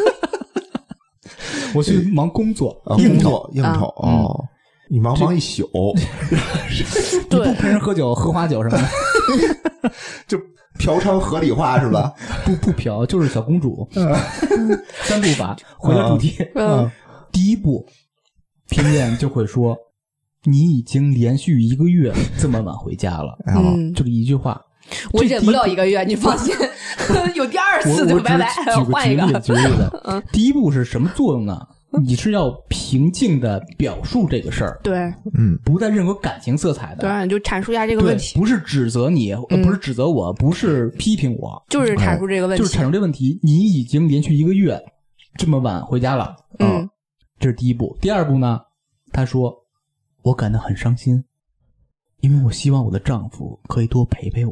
我去忙工作， 啊、 应酬应酬、啊、哦、嗯，你忙忙一宿， 你不陪人喝酒喝花酒什么的， 就嫖娼合理化是吧？ 不不嫖，就是小公主。三步法，回到主题。 嗯， 嗯第一步，偏见就会说。你已经连续一个月这么晚回家了， 嗯， 就这一句话， 我忍不了一个月，你放心，有第二次就拜拜，换一个。 举个例子，嗯，第一步是什么作用呢？你是要平静的表述这个事儿， 对， 嗯， 不带任何感情色彩的， 对，就阐述一下这个问题， 不是指责你，嗯、不是指责我，不是批评我， 就是阐述这个问题， 就是阐述这个问题。你已经连续一个月这么晚回家了， 嗯， 嗯这是第一步。第二步呢，他说我感到很伤心，因为我希望我的丈夫可以多陪陪我。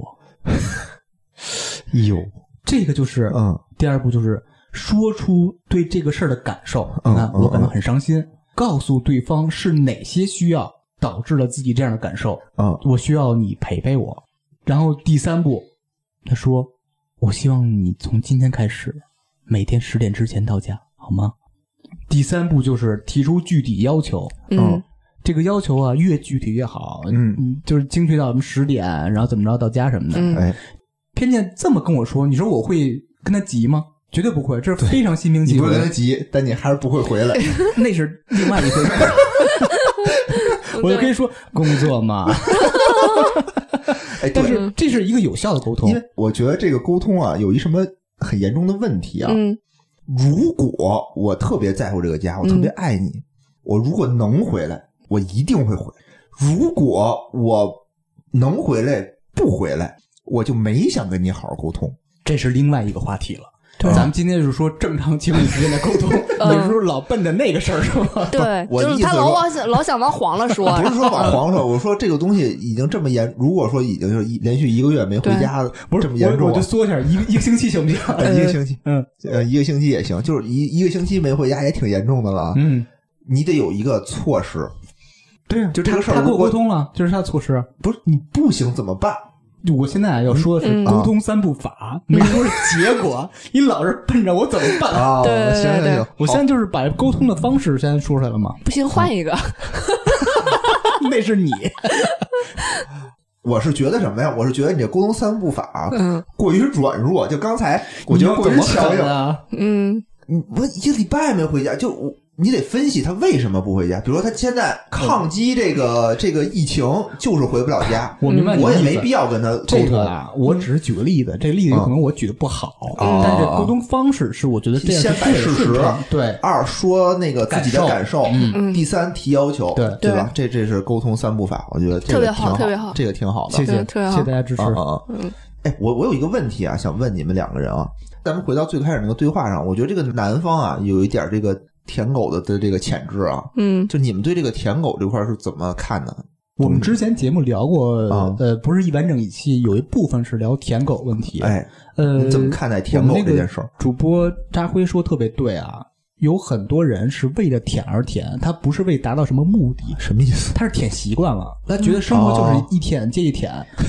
哟， 这个就是嗯， 第二步就是说出对这个事儿的感受。 嗯， 你看，我感到很伤心，嗯、告诉对方是哪些需要导致了自己这样的感受。 嗯， 我需要你陪陪我。然后第三步，他说，我希望你从今天开始，每天十点之前到家，好吗？第三步就是提出具体要求。 嗯， 这个要求啊，越具体越好。 嗯， 就是精确到什么十点，然后怎么着到家什么的。 嗯、 哎， 偏见这么跟我说，你说我会跟他急吗？绝对不会，这是非常心平气和。 你不会跟他急，但你还是不会回来， 那是另外一回事。我就可以说工作嘛。 哎， 但是这是一个有效的沟通， 因为我觉得这个沟通啊，有一什么很严重的问题啊。 嗯， 如果我特别在乎这个家，我特别爱你，嗯、我如果能回来，我一定会回来。如果我能回来不回来，我就没想跟你好好沟通。 这是另外一个话题了。咱们今天就是说正常情侣之间的沟通，你是说老奔着那个事儿是吧？ 对， 我就是他老往老想往黄了说， 不是说往黄了说，我说这个东西已经这么严，如果说已经就是连续一个月没回家，不是这么严重， 我就缩一下，一个一个星期行不行？ 一个星期， 嗯， 呃，一个星期也行，就是一一个星期没回家也挺严重的了。 嗯， 你得有一个措施。 对啊， 就这个事儿， 他跟我沟通了，这是他的措施。 不是你不行怎么办？ 我现在要说的是沟通三步法，没说是结果。你老是奔着我怎么办啊？ 对行行行， 我现在就是把沟通的方式先说出来了嘛。 不行，换一个。 那是你。 我是觉得什么呀？我是觉得你这沟通三步法过于软弱。就刚才我觉得过于强硬啊。 嗯， 我一个礼拜没回家，就我。你得分析他为什么不回家，比如说他现在抗击这个、嗯、这个疫情，就是回不了家。 我明白你， 我也没必要跟他沟通。 这个啊，我只是举个例子，这个例子有可能我举的不好， 嗯、 但是沟通方式是我觉得这样先摆事实， 对。 二说那个自己的感受， 嗯。 第三提要求， 对对吧？这这是沟通三步法，我觉得这个特别好，特别好， 这个挺好的。 谢谢， 特别好， 谢谢大家支持。 啊啊嗯，哎，我我有一个问题啊，想问你们两个人啊。咱们回到最开始那个对话上，我觉得这个男方啊有一点这个。舔狗的的这个潜质啊， 嗯， 就你们对这个舔狗这块是怎么看的？ 我们之前节目聊过， 嗯、 呃，不是一完整一期，有一部分是聊舔狗问题。 哎， 呃， 你怎么看待舔狗这件事儿？ 主播扎辉说特别对啊，有很多人是为了舔而舔，他不是为达到什么目的。 什么意思？ 他是舔习惯了，他觉得生活就是一舔接一舔，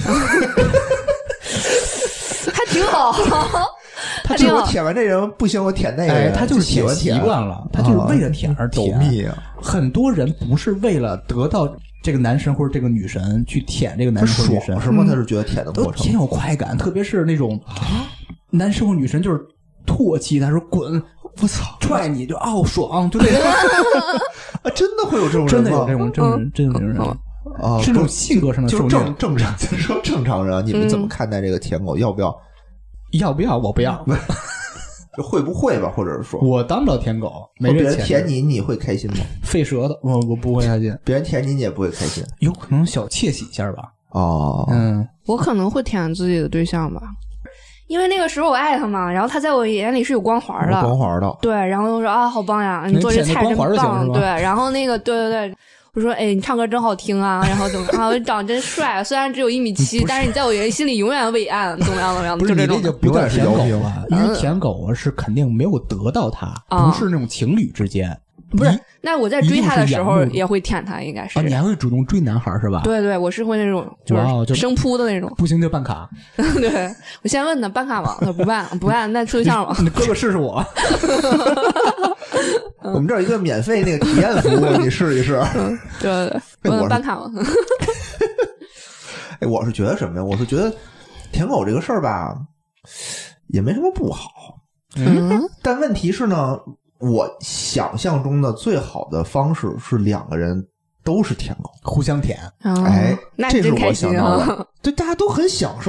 还挺好。 他就我舔完这人不行，我舔那个人， 哎、他就是喜欢习惯了，他就是为了舔而舔。 狗蜜啊！ 很多人不是为了得到这个男神或者这个女神去舔这个男神或者女神， 什么？他是觉得舔的过程挺有快感，特别是那种男神或女神就是唾弃他说滚，我操，踹你就哦爽，就这种啊，真的会有这种人吗？ 真的有这种真人，真的有人啊， 是这种性格上的受虐。 就正正常，就说正常人，你们怎么看待这个舔狗？要不要？ 要不要？我不要。 会不会吧？或者是说， 我当不了舔狗，没别人舔你，你会开心吗？ 费舌头，我我不会开心。 别人舔你，你也不会开心。 有可能小窃喜一下吧。 哦， 嗯， 我可能会舔自己的对象吧，因为那个时候我爱他嘛，然后他在我眼里是有光环的， 光环的。 对，然后我说啊，好棒呀，你做这菜真棒，对，然后那个，对对对。我说，哎，你唱歌真好听啊，然后怎么啊？我长得真帅，虽然只有一米七，但是你在我人心里永远伟岸，怎么样怎么样？ 不是就这种， 你这就不叫舔狗啊，因为舔狗是肯定没有得到他，不是那种情侣之间。 不是，那我在追他的时候也会舔他，应该是。 啊，你还会主动追男孩是吧？ 对对，我是会那种就是生扑的那种。 不行就办卡。 对，我先问他办卡吗？他说不办，不办，那处对象吧。 你哥哥试试我。 我们这儿有一个免费那个体验服务，你试一试。 嗯、对对对，问办卡吗？ 哎，我是觉得什么呀？我是觉得舔狗这个事儿吧，也没什么不好。 嗯， 但问题是呢。我想象中的最好的方式是两个人都是舔狗， 互相舔。 哦、 哎， 那这是我想到的。对，大家都很享受，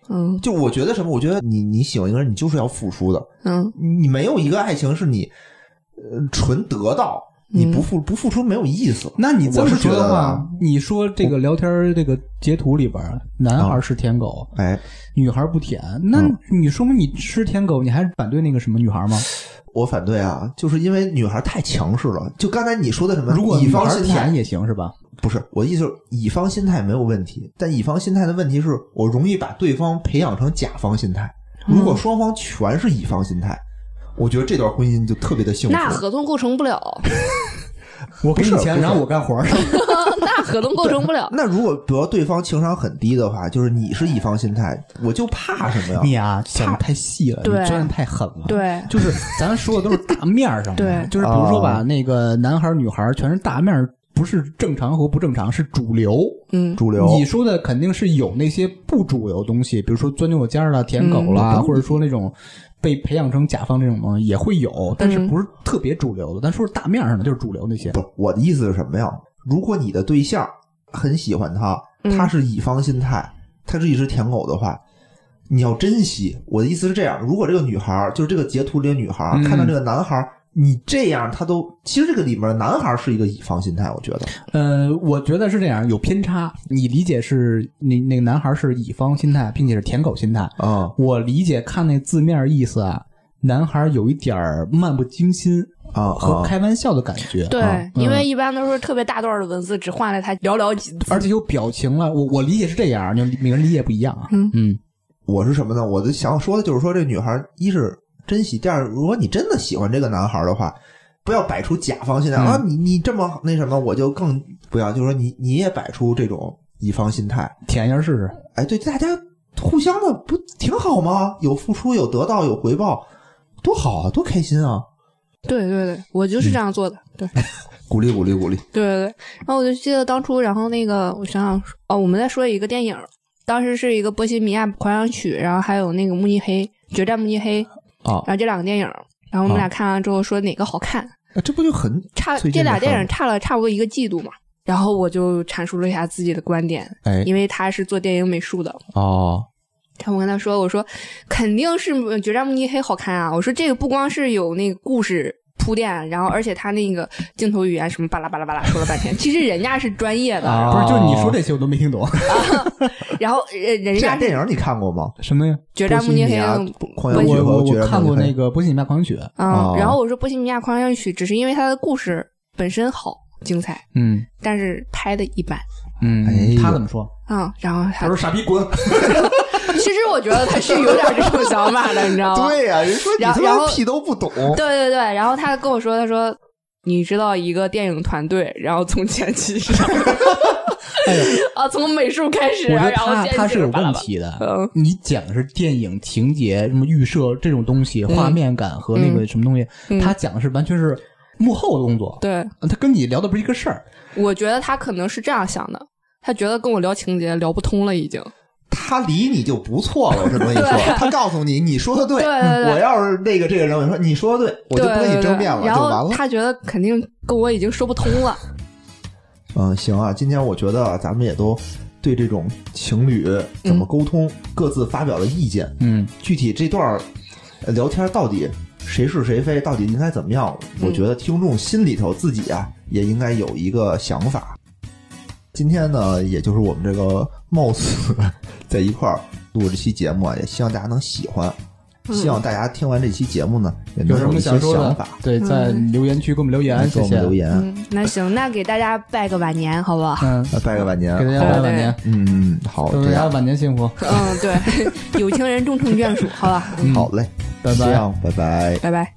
嗯就我觉得什么？我觉得你你喜欢一个人，你就是要付出的。 嗯， 你没有一个爱情是你呃纯得到，你不付、嗯、不付出没有意思。 那你这么说的话， 我你说这个聊天这个截图里边，男孩是舔狗， 嗯、哎， 女孩不舔，那你说明你吃舔狗，你还是反对那个什么女孩吗？ 我反对啊，就是因为女孩太强势了。就刚才你说的什么， 如果乙方心态舔也行是吧？ 不是，我的意思是乙方心态没有问题，但乙方心态的问题是我容易把对方培养成甲方心态。如果双方全是乙方心态，我觉得这段婚姻就特别的幸福。 那合同构成不了。 我给你钱，然后我干活儿。 那合同构成不了。 那如果比如对方情商很低的话，就是你是乙方心态，我就怕什么呀？ 你啊，想的太细了，你钻的太狠了。 对， 就是咱说的都是大面上的。 对， 就是比如说吧，那个男孩女孩全是大面，不是正常和不正常，是主流。 嗯， 主流。 你说的肯定是有那些不主流的东西，比如说钻牛角尖啦、舔狗啦， 嗯、 或者说那种被培养成甲方这种东西也会有，但是不是特别主流的。咱说是大面上的，就是主流那些。 不，我的意思是什么呀？如果你的对象很喜欢他，他是乙方心态，嗯、他是一只舔狗的话，你要珍惜。我的意思是这样：如果这个女孩，就是这个截图里的女孩，嗯、看到这个男孩。你这样他都其实这个里面男孩是一个乙方心态，我觉得呃我觉得是这样，有偏差。你理解是你那个男孩是乙方心态并且是舔狗心态啊、嗯，我理解看那字面意思啊，男孩有一点漫不经心啊和开玩笑的感觉。 对、 嗯、 因为一般都是特别大段的文字只换了他寥寥几字， 而且有表情了。我我理解是这样，就每个人理解不一样啊。 嗯嗯， 我是什么呢？我的想说的就是说，这女孩一是珍惜，第二，如果你真的喜欢这个男孩的话，不要摆出甲方心态、嗯、啊！你你这么那什么，我就更不要，就是说你你也摆出这种乙方心态， 舔一下试试。 哎，对，大家互相的不挺好吗？有付出，有得到，有回报，多好啊，多开心啊！ 对对对，我就是这样做的。嗯、对， 鼓励鼓励鼓励。 对对对，然后我就记得当初，然后那个我想想哦，我们在说一个电影，当时是一个《波西米亚狂想曲》，然后还有那个《慕尼黑决战慕尼黑》。 哦， 然后这两个电影，然后我们俩看完之后说哪个好看， 啊、这不就很差？这俩电影差了差不多一个季度嘛。然后我就阐述了一下自己的观点， 哎， 因为他是做电影美术的哦。 然后我跟他说，我说肯定是《决战慕尼黑》好看啊！我说这个不光是有那个故事铺垫，然后而且他那个镜头语言什么巴拉巴拉巴拉说了半天，其实人家是专业的， 啊、不是，就是你说这些我都没听懂。 啊、然后人家这电影你看过吗？ 什么呀？ 决战慕尼黑狂想曲和我我看过那个波西米亚狂想曲啊、嗯。然后我说波西米亚狂想曲只是因为它的故事本身好精彩， 嗯， 但是拍的一般， 嗯， 哎、 他怎么说？ 啊、嗯，然后他他说傻逼滚。 其实我觉得他是有点这种想法的，你知道吗？ 对呀、啊，人说你他妈屁都不懂。 对对对，然后他跟我说，他说你知道一个电影团队，然后从前期是， 哎呦啊，从美术开始， 我觉得然后他他是有问题的。 嗯， 你讲的是电影情节、什么预设这种东西，画面感和那个什么东西， 嗯、 他讲的是完全是幕后的工作。 对， 他跟你聊的不是一个事儿。 我觉得他可能是这样想的，他觉得跟我聊情节聊不通了，已经。 他理你就不错了，我这么跟你说，他告诉你你说的对， 对对对， 我要是那个这个人，我说你说的对，我就不跟你争辩了， 对对对， 就完了。 然后他觉得肯定跟我已经说不通了。 嗯，行啊，今天我觉得咱们也都对这种情侣怎么沟通、嗯、各自发表了意见。 嗯， 具体这段聊天到底谁是谁非，到底应该怎么样？ 嗯、 我觉得听众心里头自己啊也应该有一个想法。今天呢，也就是我们这个貌似在一块儿录这期节目啊，也希望大家能喜欢。 嗯、 希望大家听完这期节目呢，也能有一些想法。 对，在留言区给我们留言， 嗯、谢谢。给我们留言、 嗯。那行，那给大家拜个晚年，好不好？ 嗯， 拜个晚年， 给大家拜个晚年。 嗯，好， 祝大家晚年幸福。 嗯，对，有情人终成眷属，好吧？ 嗯、好嘞， 拜拜， 这样，拜拜， 拜拜。